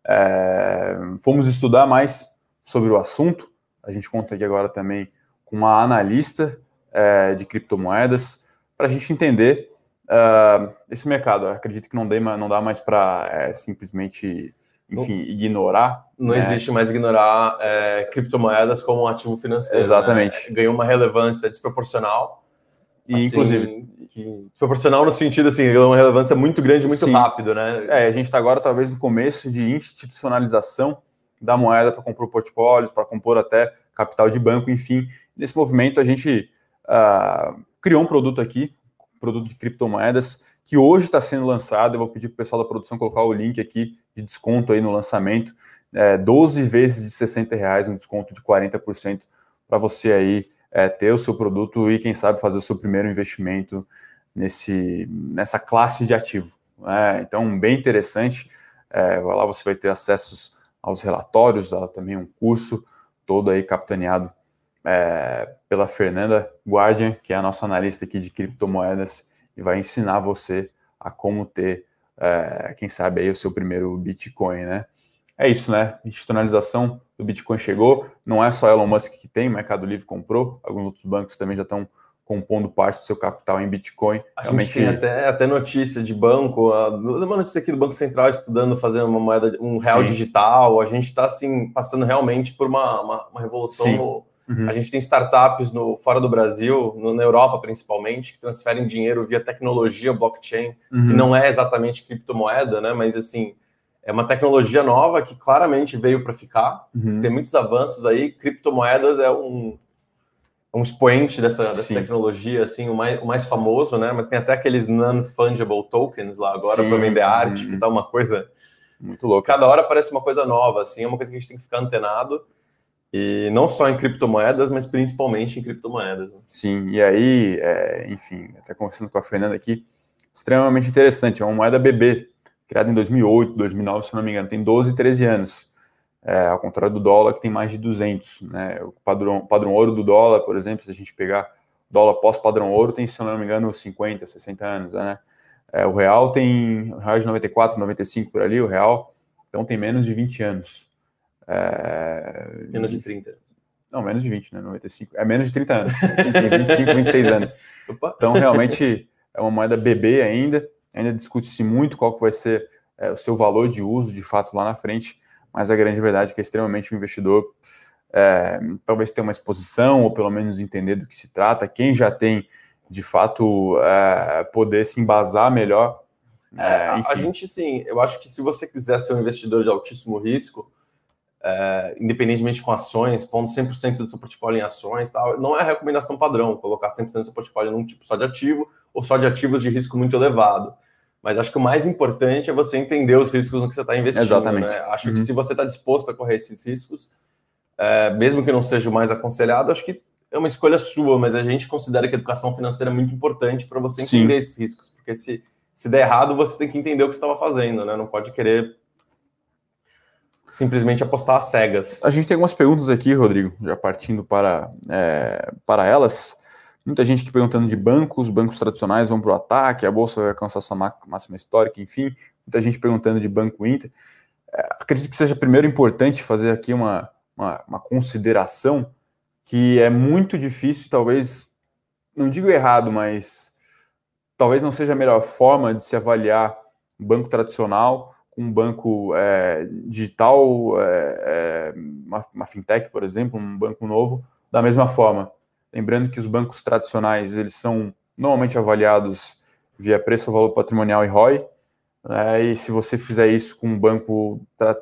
fomos estudar mais sobre o assunto. A gente conta aqui agora também com uma analista de criptomoedas, para a gente entender esse mercado. Eu acredito que não dá mais para simplesmente... Enfim, ignorar. Não existe mais ignorar criptomoedas como um ativo financeiro. Exatamente. Né? Ganhou uma relevância desproporcional. E, assim, inclusive... Desproporcional no sentido, assim, ganhou uma relevância muito grande, muito rápido, né? A gente está agora, talvez, no começo de institucionalização da moeda para compor portfólios, para compor até capital de banco, enfim. Nesse movimento, a gente criou um produto aqui, produto de criptomoedas, que hoje está sendo lançado. Eu vou pedir para o pessoal da produção colocar o link aqui de desconto aí no lançamento, 12 vezes de R$60, um desconto de 40% para você aí ter o seu produto e, quem sabe, fazer o seu primeiro investimento nessa classe de ativo. Então, bem interessante. Lá você vai ter acessos aos relatórios, também um curso todo aí capitaneado pela Fernanda Guardian, que é a nossa analista aqui de criptomoedas, e vai ensinar você a como ter, quem sabe, aí o seu primeiro Bitcoin, né? É isso, né? A institucionalização do Bitcoin chegou, não é só Elon Musk que tem, o Mercado Livre comprou, alguns outros bancos também já estão compondo parte do seu capital em Bitcoin. Realmente... gente tem até notícia de banco, uma notícia aqui do Banco Central estudando fazer uma moeda, um real Sim. digital. A gente está assim, passando realmente por uma revolução. A gente tem startups fora do Brasil, na Europa principalmente, que transferem dinheiro via tecnologia blockchain, que não é exatamente criptomoeda, né? Mas assim, é uma tecnologia nova que claramente veio para ficar. Tem muitos avanços aí. Criptomoedas é um expoente dessa tecnologia, assim, o mais famoso, né? Mas tem até aqueles non-fungible tokens lá agora para vender arte, que tá uma coisa muito louca. Cada hora parece uma coisa nova, assim, é uma coisa que a gente tem que ficar antenado, e não só em criptomoedas, mas principalmente em criptomoedas. Né? Sim, e aí, enfim, até conversando com a Fernanda aqui, extremamente interessante, é uma moeda bebê, criada em 2008, 2009, se não me engano, tem 12, 13 anos. Ao contrário do dólar, que tem mais de 200. Né? O padrão ouro do dólar, por exemplo, se a gente pegar dólar pós-padrão ouro, tem, se não me engano, 50, 60 anos. Né? O real tem o real de 94, 95 por ali, o real, então tem menos de 20 anos. Menos de 30. Não, menos de 20, né? 95. É menos de 30 anos. Tem 25, 26 anos. Então, realmente, é uma moeda bebê ainda discute-se muito qual que vai ser o seu valor de uso, de fato, lá na frente. Mas a grande verdade é que extremamente o investidor talvez tenha uma exposição, ou pelo menos entender do que se trata. Quem já tem, de fato, poder se embasar melhor. A gente, sim, eu acho que se você quiser ser um investidor de altíssimo risco, independentemente com ações, pondo 100% do seu portfólio em ações, tal, não é a recomendação padrão colocar 100% do seu portfólio num tipo só de ativo, ou só de ativos de risco muito elevado. Mas acho que o mais importante é você entender os riscos no que você está investindo. Exatamente. Né? Acho que se você está disposto a correr esses riscos, mesmo que não seja o mais aconselhado, acho que é uma escolha sua, mas a gente considera que a educação financeira é muito importante para você entender esses riscos. Porque se der errado, você tem que entender o que você estava fazendo, né? Não pode querer simplesmente apostar às cegas. A gente tem algumas perguntas aqui, Rodrigo, já partindo para elas. Muita gente aqui perguntando de bancos tradicionais vão para o ataque, a Bolsa vai alcançar sua máxima histórica, enfim. Muita gente perguntando de Banco Inter. Acredito que seja primeiro importante fazer aqui uma consideração que é muito difícil, talvez, não digo errado, mas talvez não seja a melhor forma de se avaliar um banco tradicional com um banco digital, uma fintech, por exemplo, um banco novo, da mesma forma. Lembrando que os bancos tradicionais, eles são normalmente avaliados via preço, valor patrimonial e ROI, né? E se você fizer isso com um banco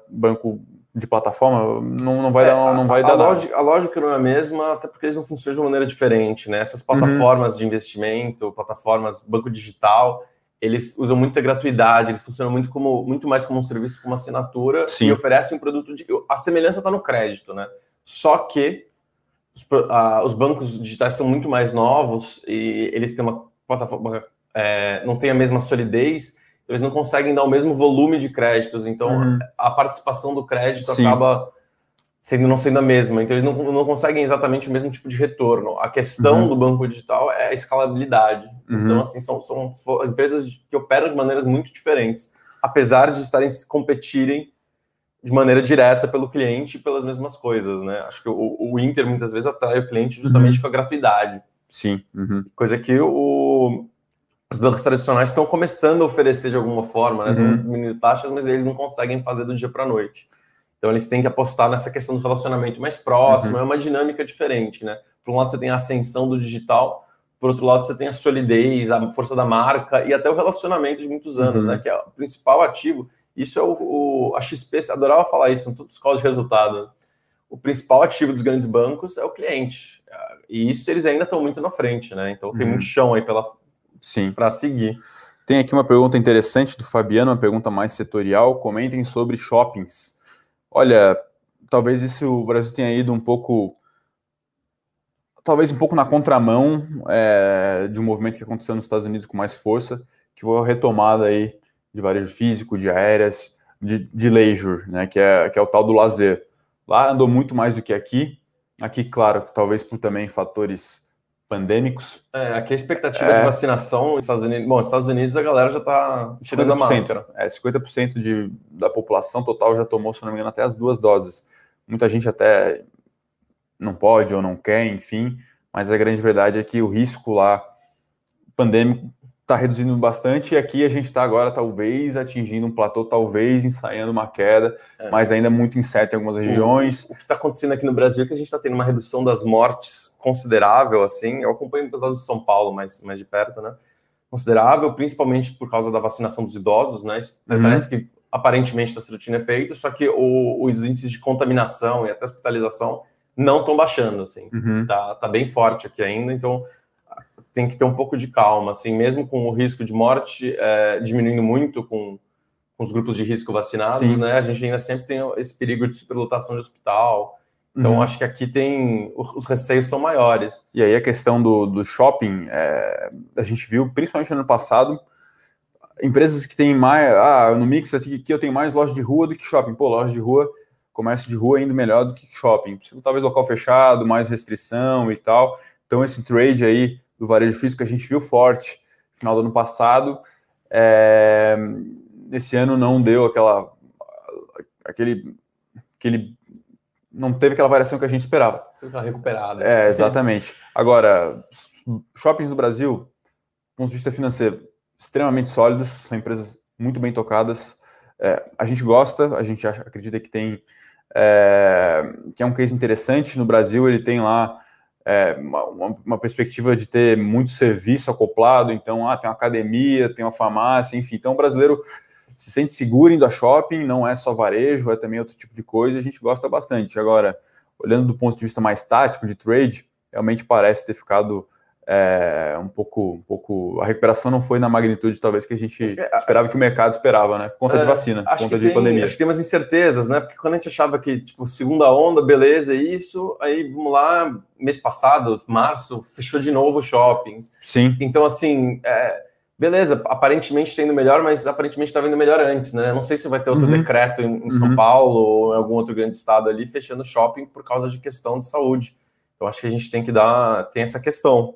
de plataforma, não vai dar nada. A lógica não é a mesma, até porque eles não funcionam de uma maneira diferente, né? Essas plataformas de investimento, plataformas, banco digital, eles usam muita gratuidade, eles funcionam muito mais como um serviço, como uma assinatura, e oferecem um produto a semelhança está no crédito, né? Só que os bancos digitais são muito mais novos e eles têm uma plataforma, não tem a mesma solidez, eles não conseguem dar o mesmo volume de créditos, então a participação do crédito acaba não sendo a mesma, então eles não conseguem exatamente o mesmo tipo de retorno. A questão do banco digital é a escalabilidade. Então, assim, são empresas que operam de maneiras muito diferentes, apesar de competirem de maneira direta pelo cliente e pelas mesmas coisas, né? Acho que o Inter muitas vezes atrai o cliente justamente com a gratuidade. Sim. Coisa que os bancos tradicionais estão começando a oferecer de alguma forma, né? Estão diminuindo taxas, mas eles não conseguem fazer do dia para a noite. Então eles têm que apostar nessa questão do relacionamento mais próximo, é uma dinâmica diferente, né? Por um lado você tem a ascensão do digital, por outro lado você tem a solidez, a força da marca e até o relacionamento de muitos anos, né? Que é o principal ativo. Isso é a XP, adorava falar isso em todos os calls de resultado. O principal ativo dos grandes bancos é o cliente. E isso eles ainda estão muito na frente, né? Então tem muito chão aí para seguir. Tem aqui uma pergunta interessante do Fabiano, uma pergunta mais setorial. Comentem sobre shoppings. Olha, talvez o Brasil tenha ido um pouco talvez um pouco na contramão de um movimento que aconteceu nos Estados Unidos com mais força, que foi a retomada aí de varejo físico, de aéreas, de leisure, né, que é o tal do lazer. Lá andou muito mais do que aqui. Aqui, claro, talvez por também fatores pandêmicos. Aqui a expectativa de vacinação nos Estados Unidos... Bom, nos Estados Unidos a galera já está tirando a máscara. 50% da população total já tomou, se não me engano, até as 2 doses. Muita gente até não pode ou não quer, enfim, mas a grande verdade é que o risco lá pandêmico está reduzindo bastante, e aqui a gente está agora talvez atingindo um platô, talvez ensaiando uma queda, mas ainda muito incerto em algumas regiões. O que está acontecendo aqui no Brasil é que a gente está tendo uma redução das mortes considerável, assim, eu acompanho pelos lados de São Paulo, mais de perto, né, considerável, principalmente por causa da vacinação dos idosos, né, parece que aparentemente está surtindo efeito, só que os índices de contaminação e até hospitalização não estão baixando, assim, tá bem forte aqui ainda, então tem que ter um pouco de calma, assim, mesmo com o risco de morte diminuindo muito com os grupos de risco vacinados, né, a gente ainda sempre tem esse perigo de superlotação de hospital, então acho que aqui os receios são maiores. E aí a questão do shopping, a gente viu, principalmente no ano passado, empresas que têm mais, no mix aqui eu tenho mais loja de rua do que shopping, loja de rua, comércio de rua é indo melhor do que shopping, talvez local fechado, mais restrição e tal, então esse trade aí do varejo físico que a gente viu forte no final do ano passado, esse ano não deu aquele não teve aquela variação que a gente esperava. Tá recuperada. Exatamente. Agora, shoppings do Brasil, do ponto de vista financeiro, extremamente sólidos, são empresas muito bem tocadas, a gente gosta, a gente acredita que tem que é um case interessante no Brasil, ele tem lá uma perspectiva de ter muito serviço acoplado, então tem uma academia, tem uma farmácia, enfim, então o brasileiro se sente seguro indo a shopping, não é só varejo, é também outro tipo de coisa, a gente gosta bastante. Agora, olhando do ponto de vista mais tático de trade, realmente parece ter ficado um pouco... A recuperação não foi na magnitude, talvez, que a gente esperava, que o mercado esperava, né? Por conta de vacina, por conta de pandemia. Acho que tem umas incertezas, né? Porque quando a gente achava que, tipo, segunda onda, beleza, isso, aí, vamos lá, mês passado, março, fechou de novo os shoppings. Sim. Então, assim, beleza, aparentemente está indo melhor, mas aparentemente estava indo melhor antes, né? Não sei se vai ter outro decreto em São Paulo ou em algum outro grande estado ali, fechando shopping por causa de questão de saúde. Então, acho que a gente tem essa questão.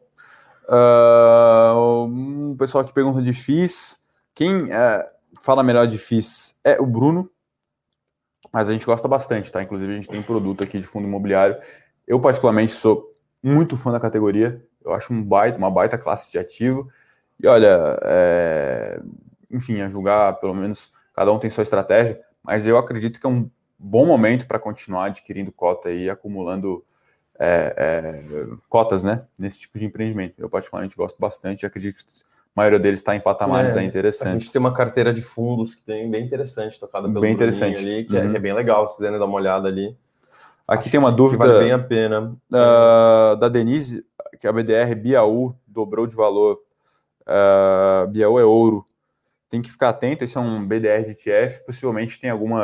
O pessoal que pergunta de FIIs, quem fala melhor de FIIs é o Bruno, mas a gente gosta bastante, tá? Inclusive a gente tem produto aqui de fundo imobiliário. Eu particularmente sou muito fã da categoria, eu acho uma baita classe de ativo, e olha, enfim, a julgar, pelo menos cada um tem sua estratégia, mas eu acredito que é um bom momento para continuar adquirindo cota e acumulando cotas, né, nesse tipo de empreendimento. Eu particularmente gosto bastante, acredito que a maioria deles está em patamares interessantes. A gente tem uma carteira de fundos que tem bem interessante, tocada pelo Bruninho ali, que é bem legal, se quiserem dar uma olhada ali. Aqui tem uma dúvida que vale bem a pena. Da Denise, que a BDR BAU dobrou de valor. BAU é ouro. Tem que ficar atento, esse é um BDR de ETF, possivelmente tem algum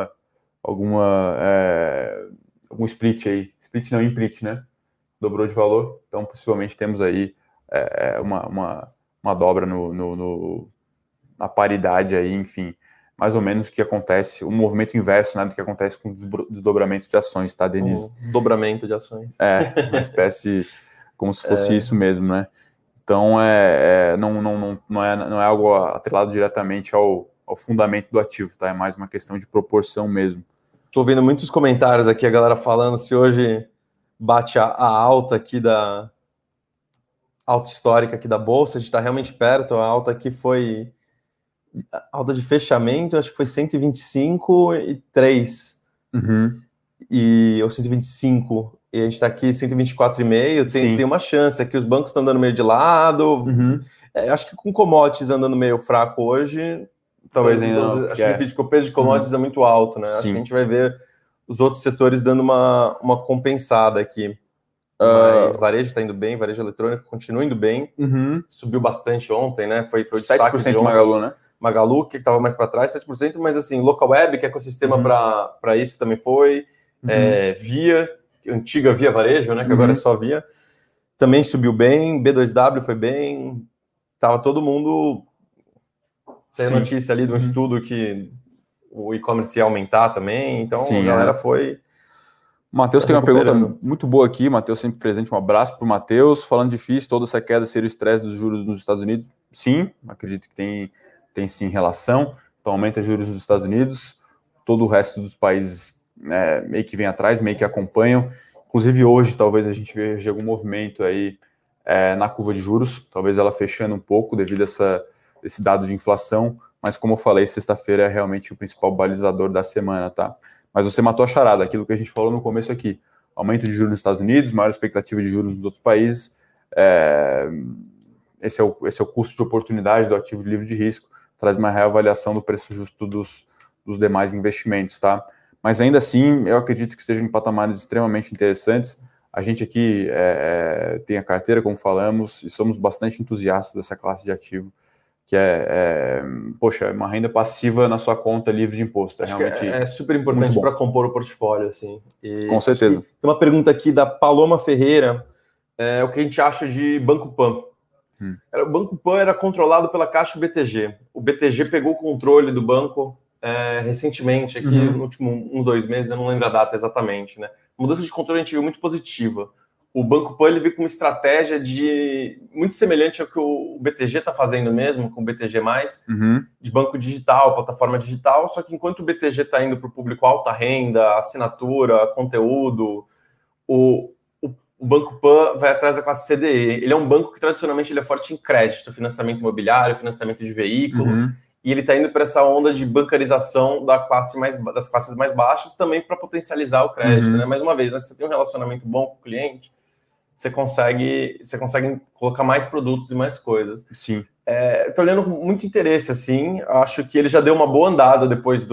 split aí. Split não, imprint, né? Dobrou de valor, então possivelmente temos aí uma dobra na paridade aí, enfim, mais ou menos o que acontece, o movimento inverso, né, do que acontece com desdobramento de ações, tá, Denise? Dobramento de ações. Uma espécie, como se fosse isso mesmo, né? Então, não é algo atrelado diretamente ao fundamento do ativo, tá? É mais uma questão de proporção mesmo. Estou vendo muitos comentários aqui, a galera falando se hoje bate a alta aqui da alta histórica aqui da Bolsa, a gente está realmente perto, a alta aqui foi alta de fechamento, acho que foi 125,3 ou 125, e a gente está aqui 124,5, tem uma chance, aqui os bancos estão andando meio de lado, acho que com commodities andando meio fraco hoje, talvez ainda não. Acho difícil, porque o peso de commodities é muito alto, né? Sim. Acho que a gente vai ver os outros setores dando uma compensada aqui. Mas varejo está indo bem, varejo eletrônico continua indo bem. Subiu bastante ontem, né? Foi o destaque de ontem. Magalu, né? Magalu, que estava mais para trás, 7%, mas assim, Local Web, que é ecossistema para isso, também foi. Via, antiga Via Varejo, né? Que agora é só Via. também subiu bem, B2W foi bem, tava todo mundo... Saiu notícia ali de um estudo que o e-commerce ia aumentar também, então a galera foi... O Matheus tem uma pergunta muito boa aqui, Matheus sempre presente, um abraço para o Matheus, falando difícil, toda essa queda seria o estresse dos juros nos Estados Unidos? Sim, acredito que tem sim relação, então aumenta os juros nos Estados Unidos, todo o resto dos países meio que vem atrás, meio que acompanham, inclusive hoje talvez a gente veja algum movimento aí na curva de juros, talvez ela fechando um pouco devido a esse dado de inflação, mas como eu falei, sexta-feira é realmente o principal balizador da semana, tá? Mas você matou a charada, aquilo que a gente falou no começo aqui. Aumento de juros nos Estados Unidos, maior expectativa de juros nos outros países. Esse é o custo de oportunidade do ativo livre de risco, traz uma reavaliação do preço justo dos demais investimentos, tá? Mas ainda assim, eu acredito que estejam em patamares extremamente interessantes. A gente aqui tem a carteira, como falamos, e somos bastante entusiastas dessa classe de ativo, que poxa, uma renda passiva na sua conta livre de imposto. Realmente é super importante para compor o portfólio, assim. Com certeza. Tem uma pergunta aqui da Paloma Ferreira, o que a gente acha de Banco Pan? O Banco Pan era controlado pela Caixa BTG. O BTG pegou o controle do banco recentemente, aqui no último uns 2 meses, eu não lembro a data exatamente, né? A mudança de controle a gente viu muito positiva. O Banco Pan ele veio com uma estratégia muito semelhante ao que o BTG está fazendo mesmo, com o BTG+, de banco digital, plataforma digital, só que enquanto o BTG está indo para o público alta renda, assinatura, conteúdo, o Banco Pan vai atrás da classe CDE. Ele é um banco que tradicionalmente ele é forte em crédito, financiamento imobiliário, financiamento de veículo, e ele está indo para essa onda de bancarização das classes mais baixas também para potencializar o crédito, né? Mais uma vez, né? Se você tem um relacionamento bom com o cliente, você consegue colocar mais produtos e mais coisas. Sim. Estou olhando com muito interesse, assim. Acho que ele já deu uma boa andada depois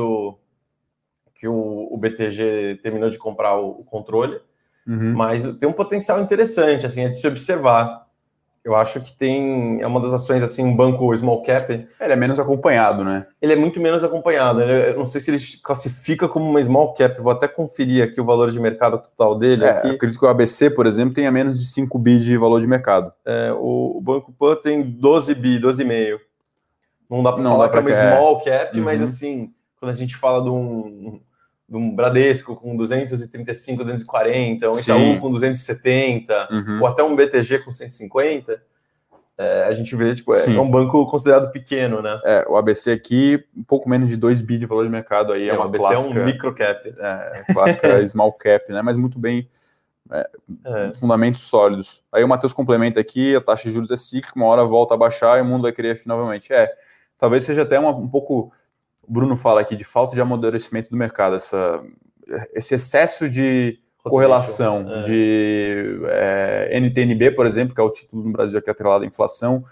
que o BTG terminou de comprar o controle. Mas tem um potencial interessante, assim, de se observar. Eu acho que é uma das ações, assim, um banco small cap. Ele é menos acompanhado, né? Ele é muito menos acompanhado. Eu não sei se ele classifica como uma small cap. Vou até conferir aqui o valor de mercado total dele. Aqui. Eu acredito que o ABC, por exemplo, tenha menos de 5 bi de valor de mercado. O Banco Pan tem 12 bi, 12,5. Não dá para falar que é uma small cap, mas, assim, quando a gente fala de um Bradesco com 235, 240, um Itaú com 270, ou até um BTG com 150, a gente vê, tipo, é um banco considerado pequeno, né? O ABC aqui, um pouco menos de 2 bi de valor de mercado, aí uma ABC clássica... é um microcap. Clássica small cap, né? Mas muito bem, fundamentos sólidos. Aí o Matheus complementa aqui, a taxa de juros é cíclica, uma hora volta a baixar e o mundo vai querer novamente. Talvez seja até um pouco... O Bruno fala aqui de falta de amadurecimento do mercado, esse excesso de correlação de NTNB, por exemplo, que é o título no Brasil que é atrelado à inflação,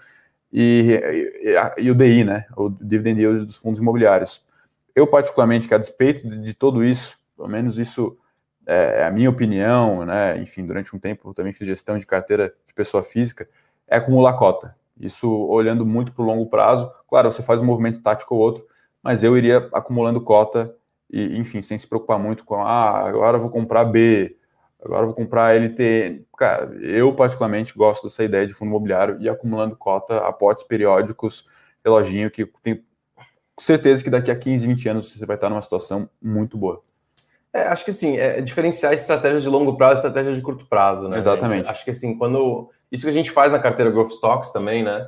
e o DI, né, o Dividend Yield dos fundos imobiliários. Eu, particularmente, que a despeito de tudo isso, pelo menos isso é a minha opinião, né, enfim, durante um tempo eu também fiz gestão de carteira de pessoa física, é acumular cota. Isso olhando muito para o longo prazo. Claro, você faz um movimento tático ou outro, mas eu iria acumulando cota e, enfim, sem se preocupar muito com agora eu vou comprar B, agora eu vou comprar LT. Cara, eu particularmente gosto dessa ideia de fundo imobiliário e acumulando cota, aportes periódicos, reloginho, que tenho certeza que daqui a 15, 20 anos você vai estar numa situação muito boa. Acho que assim, diferenciar estratégias de longo prazo e estratégias de curto prazo, né? Exatamente. Acho que assim, isso que a gente faz na carteira Growth Stocks também, né?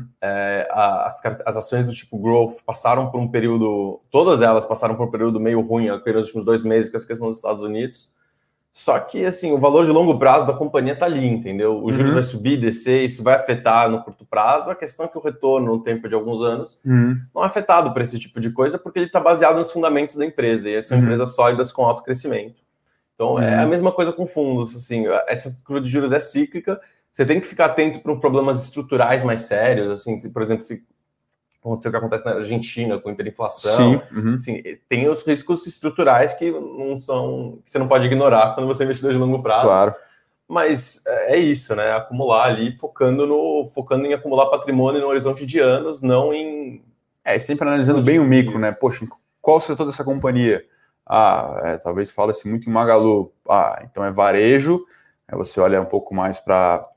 As ações do tipo Growth passaram por um período, todas elas passaram por um período meio ruim, nos últimos 2 meses com essa questão dos Estados Unidos. Só que, assim, o valor de longo prazo da companhia tá ali, entendeu? O juros vai subir, descer, isso vai afetar no curto prazo. A questão é que o retorno, no tempo de alguns anos, não é afetado por esse tipo de coisa, porque ele está baseado nos fundamentos da empresa, e são empresas sólidas com alto crescimento. Então, é a mesma coisa com fundos, assim, essa curva de juros é cíclica, você tem que ficar atento para problemas estruturais mais sérios, assim, por exemplo, se aconteceu o que acontece na Argentina com hiperinflação. Assim, tem os riscos estruturais que você não pode ignorar quando você é investidor de longo prazo. Claro. Mas é isso, né? Acumular ali, focando em acumular patrimônio no horizonte de anos, não em... sempre analisando bem o micro, né? Poxa, qual o setor dessa companhia? Talvez fale-se muito em Magalu. Então é varejo, você olha um pouco mais para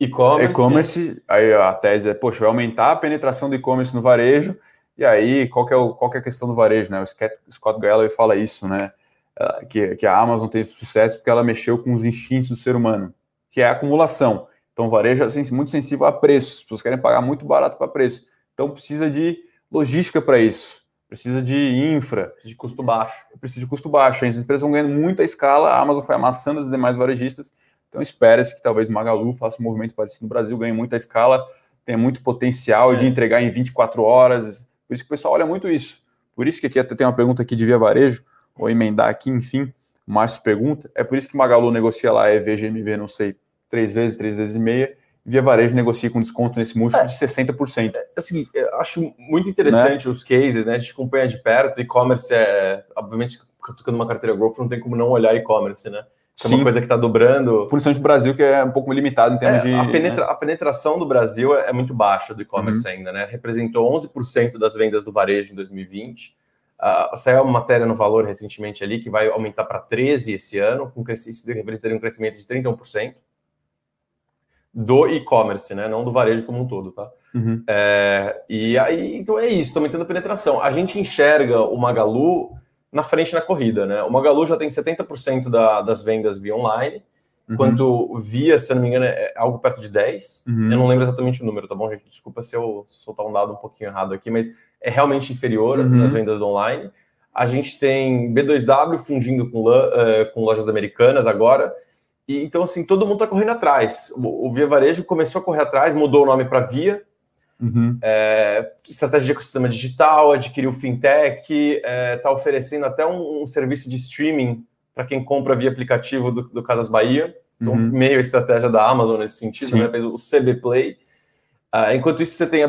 E-commerce, aí a tese é, poxa, vai aumentar a penetração do e-commerce no varejo, e aí qual que é a questão do varejo, né? O Scott Galloway fala isso, né? Que a Amazon teve sucesso porque ela mexeu com os instintos do ser humano, que é a acumulação. Então o varejo é muito sensível a preços, as pessoas querem pagar muito barato para preço. Então precisa de logística para isso, precisa de infra, de custo baixo. Precisa de custo baixo. As empresas vão ganhando muita escala, a Amazon foi amassando as demais varejistas. Então espera-se que talvez Magalu faça um movimento parecido no Brasil, ganhe muita escala, tenha muito potencial de entregar em 24 horas. Por isso que o pessoal olha muito isso. Por isso que aqui até tem uma pergunta aqui de Via Varejo, vou emendar aqui, enfim, o Márcio pergunta. É por isso que Magalu negocia lá EV, GMV, não sei, 3 vezes e meia, e Via Varejo negocia com desconto nesse múltiplo de 60%. Assim, eu acho muito interessante, né? Os cases, né? A gente acompanha de perto, e-commerce obviamente, tocando uma carteira growth, não tem como não olhar e-commerce, né? É uma coisa que está dobrando. Principalmente no Brasil, que é um pouco limitado em termos de... A penetração do Brasil é muito baixa do e-commerce ainda, né? Representou 11% das vendas do varejo em 2020. Saiu uma matéria no Valor recentemente ali, que vai aumentar para 13% esse ano, isso representaria um crescimento de 31% do e-commerce, né? Não do varejo como um todo, tá? E aí, então é isso, está aumentando a penetração. A gente enxerga o Magalu na frente na corrida, né? O Magalu já tem 70% das vendas via online, enquanto via, se eu não me engano, é algo perto de 10%. Eu não lembro exatamente o número, tá bom, gente? Desculpa se eu soltar um dado um pouquinho errado aqui, mas é realmente inferior nas vendas do online. A gente tem B2W fundindo com lojas americanas agora. E então, assim, todo mundo está correndo atrás. O Via Varejo começou a correr atrás, mudou o nome para Via. Estratégia de ecossistema digital, adquiriu fintech, está oferecendo até um serviço de streaming para quem compra via aplicativo do Casas Bahia. Então, meio a estratégia da Amazon nesse sentido, né? Fez o CB Play. Enquanto isso, você tem a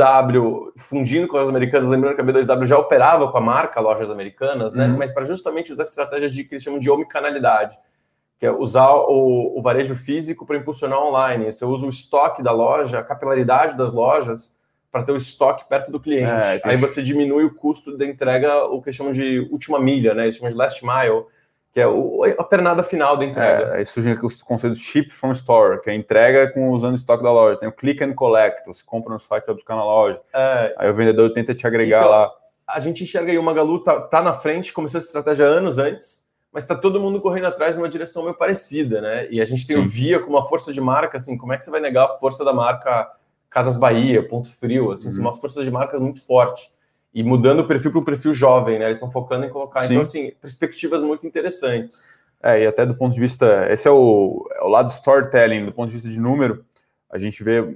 B2W fundindo com as americanas, lembrando que a B2W já operava com a marca Lojas Americanas, né? Mas para justamente usar essa estratégia que eles chamam de omnicanalidade, que é usar o varejo físico para impulsionar online. Você usa o estoque da loja, a capilaridade das lojas, para ter o estoque perto do cliente. Aí você diminui o custo da entrega, o que chamam de última milha, né? Eles chamam de last mile, que é a pernada final da entrega. Aí surge o conceito de ship from store, que é a entrega usando o estoque da loja. Tem o click and collect, você compra no site e vai buscar na loja. Aí o vendedor tenta te agregar então, lá. A gente enxerga aí o Magalu tá na frente, começou essa estratégia anos antes, mas está todo mundo correndo atrás numa direção meio parecida, né? E a gente tem o Via com uma força de marca, assim, como é que você vai negar a força da marca Casas Bahia, Ponto Frio, assim, são umas forças de marca muito fortes. E mudando o perfil para um perfil jovem, né? Eles estão focando em colocar. Então, assim, perspectivas muito interessantes. E até do ponto de vista... Esse é o lado storytelling, do ponto de vista de número, a gente vê,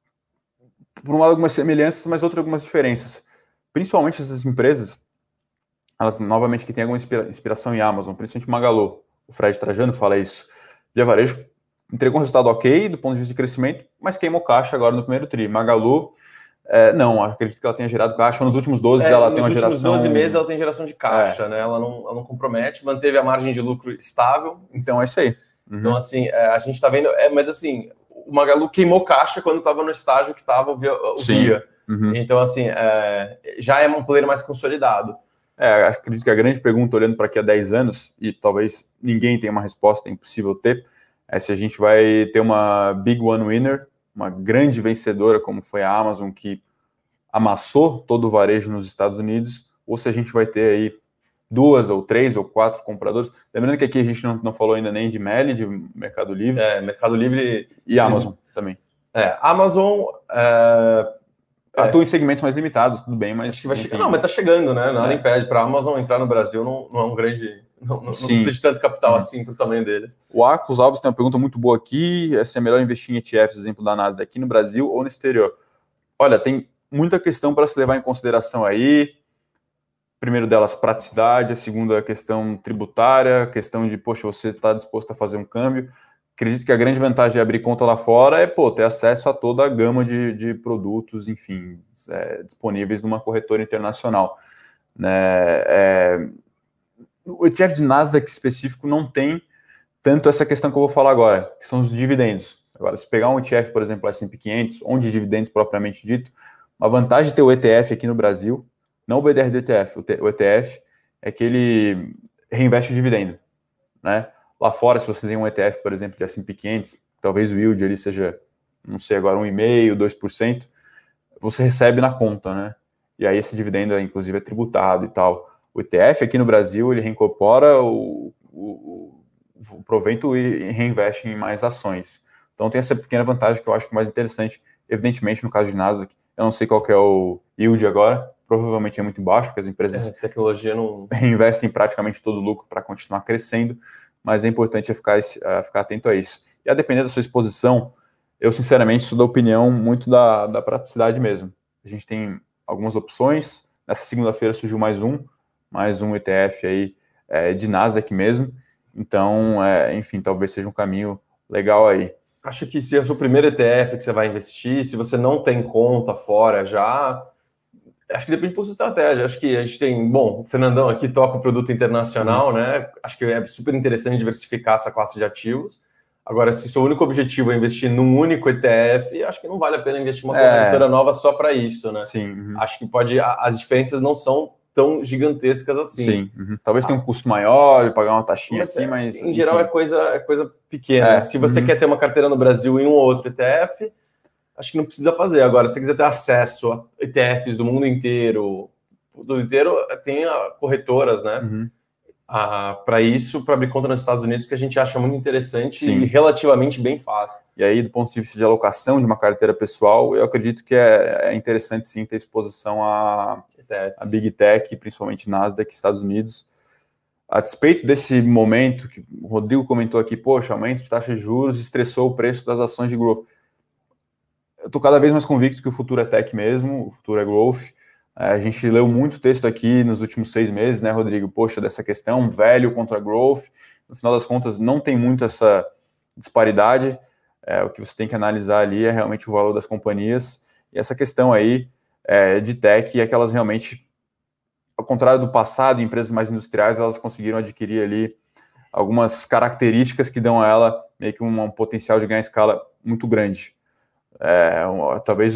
por um lado, algumas semelhanças, mas outras algumas diferenças. Principalmente essas empresas, elas, novamente, que tem alguma inspiração em Amazon, principalmente Magalu. O Fred Trajano fala isso. Via Varejo entregou um resultado ok do ponto de vista de crescimento, mas queimou caixa agora no primeiro tri. Magalu, não, acredito que ela tenha gerado caixa. Nos últimos 12 ela tem uma geração... Nos últimos 12 meses ela tem geração de caixa, né? Ela não compromete, manteve a margem de lucro estável. Então é isso aí. Então, assim, a gente está vendo... mas, assim, o Magalu queimou caixa quando estava no estágio que estava o Via. Então, assim, já é um player mais consolidado. Acredito que a grande pergunta, olhando para aqui há 10 anos, e talvez ninguém tenha uma resposta, é impossível ter, é se a gente vai ter uma big one winner, uma grande vencedora, como foi a Amazon, que amassou todo o varejo nos Estados Unidos, ou se a gente vai ter aí 2 ou 3 ou 4 compradores. Lembrando que aqui a gente não falou ainda nem de Meli, de Mercado Livre. Mercado Livre e Amazon também. Amazon... Atua em segmentos mais limitados, tudo bem, mas... Acho que vai chegar. Não, mas tá chegando, né? Nada impede. Para a Amazon entrar no Brasil não é um grande... Não precisa de tanto capital assim para o tamanho deles. O Arcos Alves tem uma pergunta muito boa aqui. Se é melhor investir em ETFs, exemplo da Nasdaq, aqui no Brasil ou no exterior? Olha, tem muita questão para se levar em consideração aí. Primeiro delas, praticidade. A segunda, a questão tributária. A questão de, poxa, você está disposto a fazer um câmbio. Acredito que a grande vantagem de abrir conta lá fora é ter acesso a toda a gama de produtos, enfim, disponíveis numa corretora internacional. O ETF de Nasdaq específico não tem tanto essa questão que eu vou falar agora, que são os dividendos. Agora, se pegar um ETF, por exemplo, S&P 500, onde dividendos propriamente dito, uma vantagem de ter o ETF aqui no Brasil, não o BDR do ETF, o ETF é que ele reinveste o dividendo, né? Lá fora, se você tem um ETF, por exemplo, de S&P 500, talvez o yield ali seja não sei agora, 1,5%, 2%, você recebe na conta, né? E aí esse dividendo, inclusive, é tributado e tal. O ETF aqui no Brasil, ele reincorpora o provento e reinveste em mais ações. Então tem essa pequena vantagem que eu acho que é mais interessante. Evidentemente, no caso de Nasdaq, eu não sei qual que é o yield agora, provavelmente é muito baixo, porque as empresas tecnologia não reinvestem praticamente todo o lucro para continuar crescendo, mas é importante ficar atento a isso. E a depender da sua exposição, eu sinceramente sou da opinião muito da praticidade mesmo. A gente tem algumas opções, nessa segunda-feira surgiu mais um ETF aí de Nasdaq mesmo, então, enfim, talvez seja um caminho legal aí. Acho que se é o seu primeiro ETF que você vai investir, se você não tem conta fora já, acho que depende um pouco da sua estratégia. Acho que a gente tem, bom, o Fernandão aqui toca o produto internacional, né? Acho que é super interessante diversificar essa classe de ativos. Agora, se o seu único objetivo é investir num único ETF, acho que não vale a pena investir uma corretora nova só para isso, né? Sim. Acho que as diferenças não são tão gigantescas assim. Sim. Talvez tenha um custo maior, pagar uma taxinha aqui, mas... Em geral é coisa pequena. Se você quer ter uma carteira no Brasil em um ou outro ETF, acho que não precisa fazer. Agora, se você quiser ter acesso a ETFs do mundo inteiro, tem corretoras, né? Para isso, para abrir conta nos Estados Unidos, que a gente acha muito interessante e relativamente bem fácil. E aí, do ponto de vista de alocação de uma carteira pessoal, eu acredito que é interessante sim ter exposição a Big Tech, principalmente Nasdaq, Estados Unidos. A despeito desse momento que o Rodrigo comentou aqui, poxa, aumento de taxa de juros estressou o preço das ações de growth. Eu estou cada vez mais convicto que o futuro é tech mesmo, o futuro é growth. A gente leu muito texto aqui nos últimos 6 meses, né, Rodrigo? Poxa, dessa questão, velho contra growth. No final das contas, não tem muito essa disparidade. O que você tem que analisar ali é realmente o valor das companhias. E essa questão aí de tech é que elas realmente, ao contrário do passado, empresas mais industriais, elas conseguiram adquirir ali algumas características que dão a ela meio que um potencial de ganhar escala muito grande. Talvez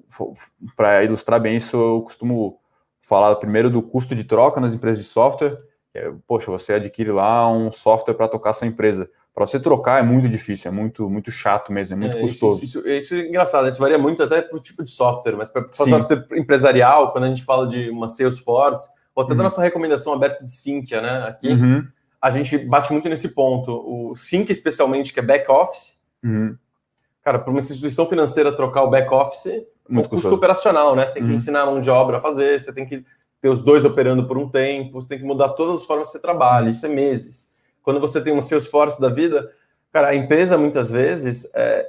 para ilustrar bem isso, eu costumo falar primeiro do custo de troca nas empresas de software. Poxa, você adquire lá um software para tocar a sua empresa. Para você trocar é muito difícil, é muito chato mesmo, é muito custoso. Isso é engraçado, isso varia muito até para o tipo de software, mas para software empresarial, quando a gente fala de uma Salesforce, ou até da nossa recomendação aberta de Sinqia, né? Aqui a gente bate muito nesse ponto. O Sinqia, especialmente, que é back-office, cara, para uma instituição financeira trocar o back-office é um custo operacional, né? Você tem que ensinar a mão de obra a fazer, você tem que ter os dois operando por um tempo, você tem que mudar todas as formas que você trabalha, isso é meses. Quando você tem um Salesforce da vida, cara, a empresa muitas vezes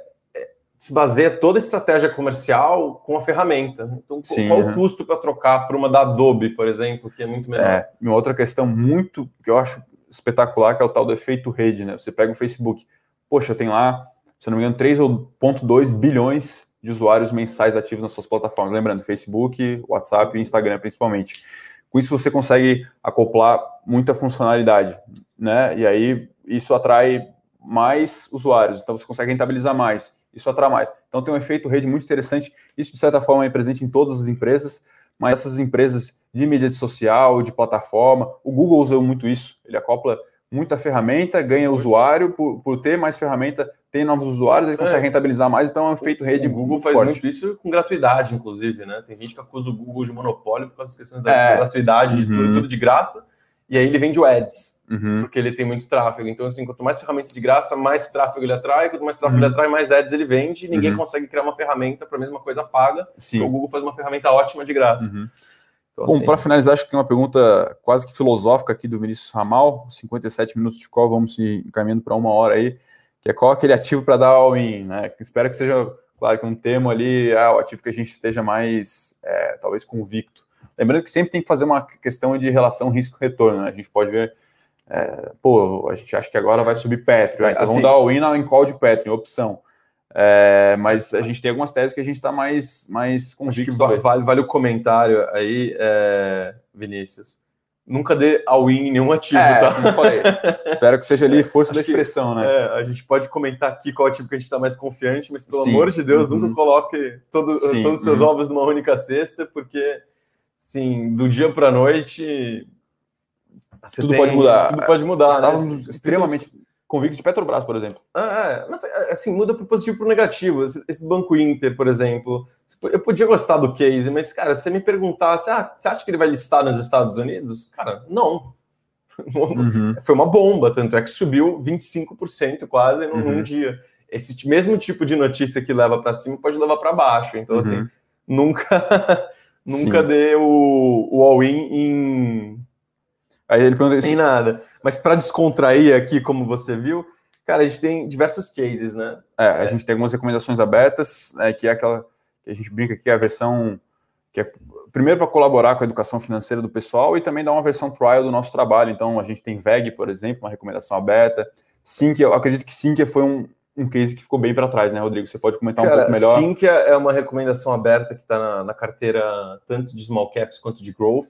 se baseia toda a estratégia comercial com a ferramenta. Então, qual o custo para trocar por uma da Adobe, por exemplo, que é muito menor? Uma outra questão muito que eu acho espetacular, que é o tal do efeito rede, né? Você pega o Facebook, poxa, tem lá, se não me engano, 3,2 bilhões de usuários mensais ativos nas suas plataformas. Lembrando, Facebook, WhatsApp e Instagram, principalmente. Com isso, você consegue acoplar muita funcionalidade, né? E aí, isso atrai mais usuários. Então, você consegue rentabilizar mais. Isso atrai mais. Então, tem um efeito rede muito interessante. Isso, de certa forma, é presente em todas as empresas, mas essas empresas de mídia social, de plataforma, o Google usou muito isso. Ele acopla muita ferramenta, ganha usuário, por ter mais ferramenta, tem novos usuários, ele consegue rentabilizar mais, então é um efeito rede. O Google faz forte. muito isso com gratuidade, inclusive, né? Tem gente que acusa o Google de monopólio por causa das questões da gratuidade, de tudo de graça, e aí ele vende o Ads, porque ele tem muito tráfego. Então, assim, quanto mais ferramenta de graça, mais tráfego ele atrai, quanto mais tráfego ele atrai, mais Ads ele vende, e ninguém consegue criar uma ferramenta para a mesma coisa paga, porque o Google faz uma ferramenta ótima de graça. Então, bom, assim, para finalizar, acho que tem uma pergunta quase que filosófica aqui do Vinícius Ramal, 57 minutos de call, vamos se encaminhando para 1 hora aí, que é qual aquele ativo para dar all-in, né? Espero que seja, claro, que um termo ali, o ativo que a gente esteja mais, talvez, convicto. Lembrando que sempre tem que fazer uma questão de relação risco-retorno, né? A gente pode ver, a gente acha que agora vai subir Petro, então vamos dar all-in em call de Petro, em opção. Mas a gente tem algumas teses que a gente está mais convicto. Vale o comentário aí, Vinícius. Nunca dê all-in em nenhum ativo, tá? Como eu falei. Espero que seja ali força da expressão, né? A gente pode comentar aqui qual ativo que a gente está mais confiante, mas pelo amor de Deus, nunca coloque todos os seus ovos numa única cesta, porque, sim, do dia para a noite... Tudo pode mudar. Tudo pode mudar. Estávamos extremamente convicto de Petrobras, por exemplo. Mas assim, muda para o positivo e para o negativo. Esse Banco Inter, por exemplo, eu podia gostar do case, mas, cara, se você me perguntasse, você acha que ele vai listar nos Estados Unidos? Cara, não. Foi uma bomba, tanto é que subiu 25% quase num dia. Esse mesmo tipo de notícia que leva para cima pode levar para baixo. Então, assim, nunca dê o all-in Aí ele pergunta em nada. Mas para descontrair aqui, como você viu, cara, a gente tem diversos cases, né? A gente tem algumas recomendações abertas, que é aquela que a gente brinca aqui, a versão que é primeiro para colaborar com a educação financeira do pessoal e também dar uma versão trial do nosso trabalho. Então, a gente tem VEG, por exemplo, uma recomendação aberta. Sinqia, eu acredito que Sinqia foi um case que ficou bem para trás, né, Rodrigo? Você pode comentar um pouco melhor? Sinqia é uma recomendação aberta que está na carteira tanto de small caps quanto de growth.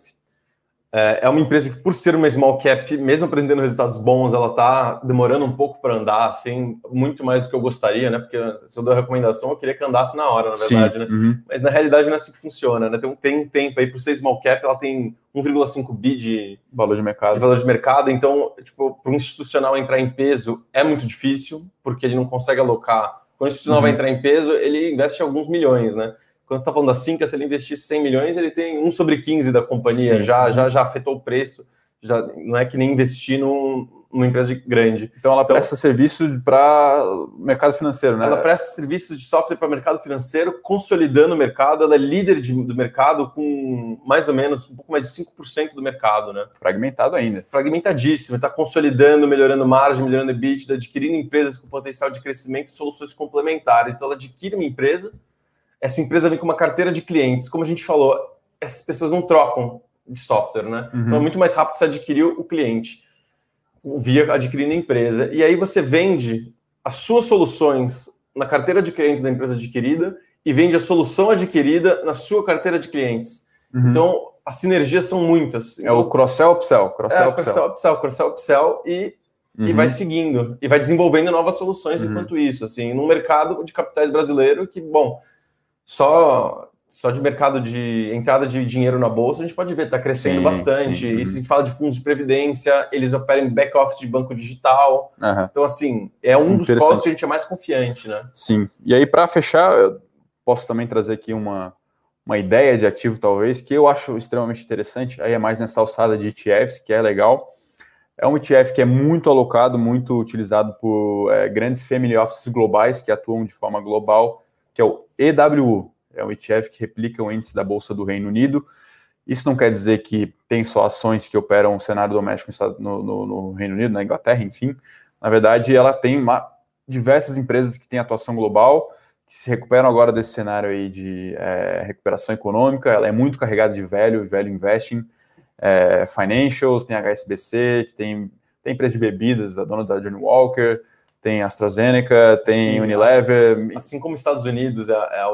É uma empresa que, por ser uma small cap, mesmo apresentando resultados bons, ela está demorando um pouco para andar, assim, muito mais do que eu gostaria, né? Porque se eu dou a recomendação, eu queria que andasse na hora, na verdade, né? Mas na realidade não é assim que funciona, né? Tem um tempo aí, por ser small cap, ela tem 1,5 bi de valor de mercado. Então, tipo, para um institucional entrar em peso é muito difícil, porque ele não consegue alocar. Quando o institucional vai entrar em peso, ele investe alguns milhões, né? Quando você está falando da Sinqia, se ele investir 100 milhões, ele tem 1/15 da companhia, já afetou o preço, já não é que nem investir numa empresa grande. Então ela presta serviço para mercado financeiro, né? Ela presta serviços de software para mercado financeiro, consolidando o mercado, ela é líder do mercado com mais ou menos um pouco mais de 5% do mercado, né? Fragmentado ainda. Fragmentadíssimo, está consolidando, melhorando margem, melhorando EBITDA, adquirindo empresas com potencial de crescimento e soluções complementares. Então ela adquire uma empresa, essa empresa vem com uma carteira de clientes. Como a gente falou, essas pessoas não trocam de software, né? Então é muito mais rápido você adquirir o cliente via adquirindo a empresa. E aí você vende as suas soluções na carteira de clientes da empresa adquirida e vende a solução adquirida na sua carteira de clientes. Então, as sinergias são muitas. É o cross-sell, upsell. Cross-sell, upsell e vai seguindo. E vai desenvolvendo novas soluções enquanto isso. Assim, num mercado de capitais brasileiro que, bom, só de mercado de entrada de dinheiro na bolsa, a gente pode ver, está crescendo bastante. E se a gente fala de fundos de previdência, eles operam em back-office de banco digital. Então, assim, é um dos polos que a gente é mais confiante, né? Sim. E aí, para fechar, eu posso também trazer aqui uma ideia de ativo, talvez, que eu acho extremamente interessante. Aí é mais nessa alçada de ETFs, que é legal. É um ETF que é muito alocado, muito utilizado por grandes family offices globais que atuam de forma global, que é o EWU, é um ETF que replica o índice da Bolsa do Reino Unido. Isso não quer dizer que tem só ações que operam o cenário doméstico no Reino Unido, na Inglaterra, enfim. Na verdade, ela tem diversas empresas que têm atuação global, que se recuperam agora desse cenário aí de recuperação econômica. Ela é muito carregada de value investing, financials, tem HSBC, que tem empresa de bebidas, da dona da Johnnie Walker, tem AstraZeneca, tem Unilever. Assim como os Estados Unidos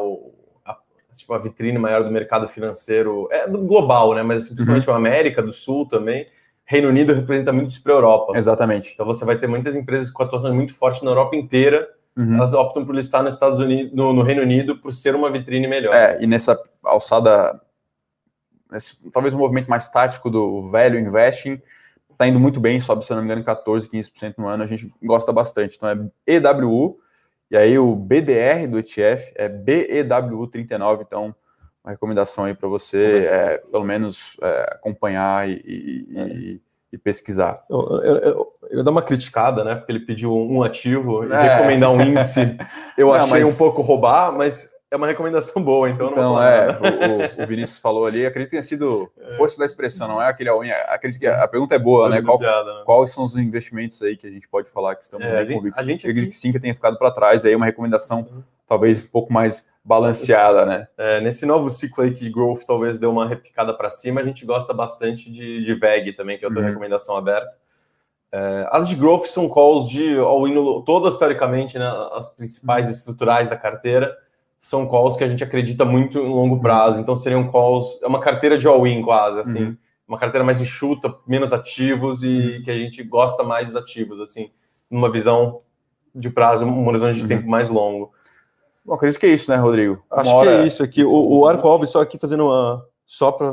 a vitrine maior do mercado financeiro, do global, né? Mas principalmente a América do Sul também. Reino Unido representa muito isso para a Europa. Exatamente. Então você vai ter muitas empresas com atuação muito forte na Europa inteira. Elas optam por listar nos Estados Unidos, no Reino Unido, por ser uma vitrine melhor. E nessa alçada, talvez um movimento mais tático do value investing, está indo muito bem, sobe, se eu não me engano, 14%, 15% no ano, a gente gosta bastante. Então é EWU, e aí o BDR do ETF é BEWU39, então uma recomendação aí para você, pelo menos acompanhar e pesquisar. Eu dou uma criticada, né, porque ele pediu um ativo e recomendar um índice, eu achei um pouco roubar, mas é uma recomendação boa, então não vou falar nada. O Vinícius falou ali, acredito que tenha sido força da expressão, não é aquele all-in. Acredito que a pergunta é boa, né? Quais são os investimentos aí que a gente pode falar que estamos bem convictos? A gente acredito que sim, que tenha ficado para trás, aí uma recomendação talvez um pouco mais balanceada, né? Nesse novo ciclo aí que de growth talvez deu uma repicada para cima, a gente gosta bastante de VEG também, que é outra recomendação aberta. As de growth são calls de all-in, todas teoricamente, né, as principais estruturais da carteira, são calls que a gente acredita muito em longo prazo. Então seriam calls, é uma carteira de all-in quase, assim, uma carteira mais enxuta, menos ativos e que a gente gosta mais dos ativos, assim, numa visão de prazo, um horizonte de tempo mais longo. Bom, acredito que é isso, né, Rodrigo? Acho que é isso aqui. O Arco Alves, só aqui fazendo só para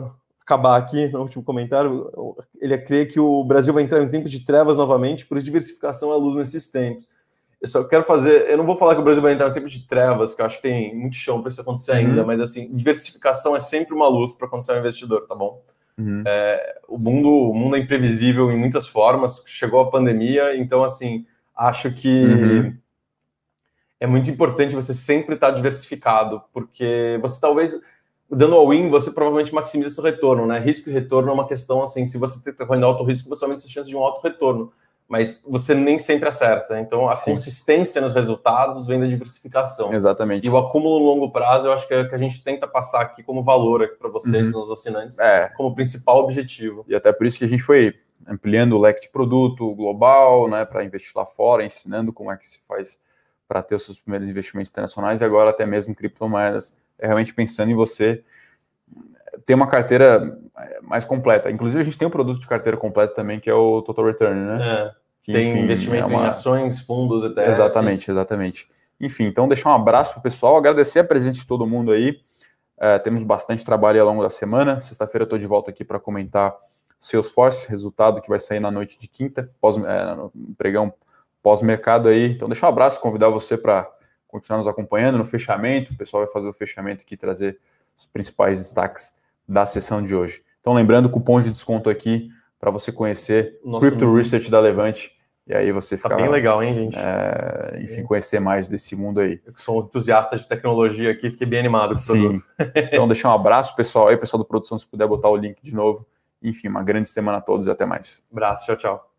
acabar aqui no último comentário, ele crê que o Brasil vai entrar em um tempo de trevas novamente, por diversificação à luz nesses tempos. Eu só quero fazer, eu não vou falar que o Brasil vai entrar em um tempo de trevas, que eu acho que tem muito chão para isso acontecer ainda, mas assim, diversificação é sempre uma luz para quando você é um investidor, tá bom? O mundo é imprevisível em muitas formas, chegou a pandemia, então assim, acho que é muito importante você sempre estar diversificado, porque você talvez, dando all-in, você provavelmente maximiza seu retorno, né? Risco e retorno é uma questão assim, se você está correndo alto risco, você aumenta a chance de um alto retorno, mas você nem sempre acerta. Então, a consistência nos resultados vem da diversificação. Exatamente. E o acúmulo no longo prazo, eu acho que é o que a gente tenta passar aqui como valor aqui para vocês, nos assinantes, como principal objetivo. E até por isso que a gente foi ampliando o leque de produto global, né, para investir lá fora, ensinando como é que se faz para ter os seus primeiros investimentos internacionais e agora até mesmo criptomoedas. É realmente pensando em você ter uma carteira mais completa. Inclusive, a gente tem um produto de carteira completa também, que é o Total Return, né? Que, tem enfim, investimento em ações, fundos, ETFs. Exatamente. Enfim, então deixar um abraço para o pessoal, agradecer a presença de todo mundo aí. Temos bastante trabalho ao longo da semana. Sexta-feira eu estou de volta aqui para comentar Salesforce, resultado que vai sair na noite de quinta, no pregão pós-mercado aí. Então deixar um abraço, convidar você para continuar nos acompanhando no fechamento. O pessoal vai fazer o fechamento aqui, trazer os principais destaques da sessão de hoje. Então, lembrando, cupom de desconto aqui para você conhecer o Crypto Research da Levante. E aí você fica... Tá bem legal, hein, gente? Enfim, conhecer mais desse mundo aí. Eu que sou um entusiasta de tecnologia aqui, fiquei bem animado com o produto. Então, deixar um abraço, pessoal. Aí, pessoal do produção, se puder botar o link de novo. Enfim, uma grande semana a todos e até mais. Abraço, tchau, tchau.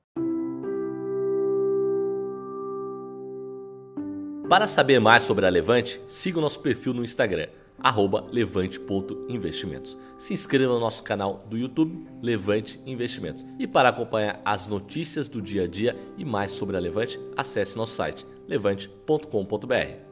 Para saber mais sobre a Levante, siga o nosso perfil no Instagram, @levante.investimentos. Se inscreva no nosso canal do YouTube, Levante Investimentos. E para acompanhar as notícias do dia a dia e mais sobre a Levante, acesse nosso site, levante.com.br.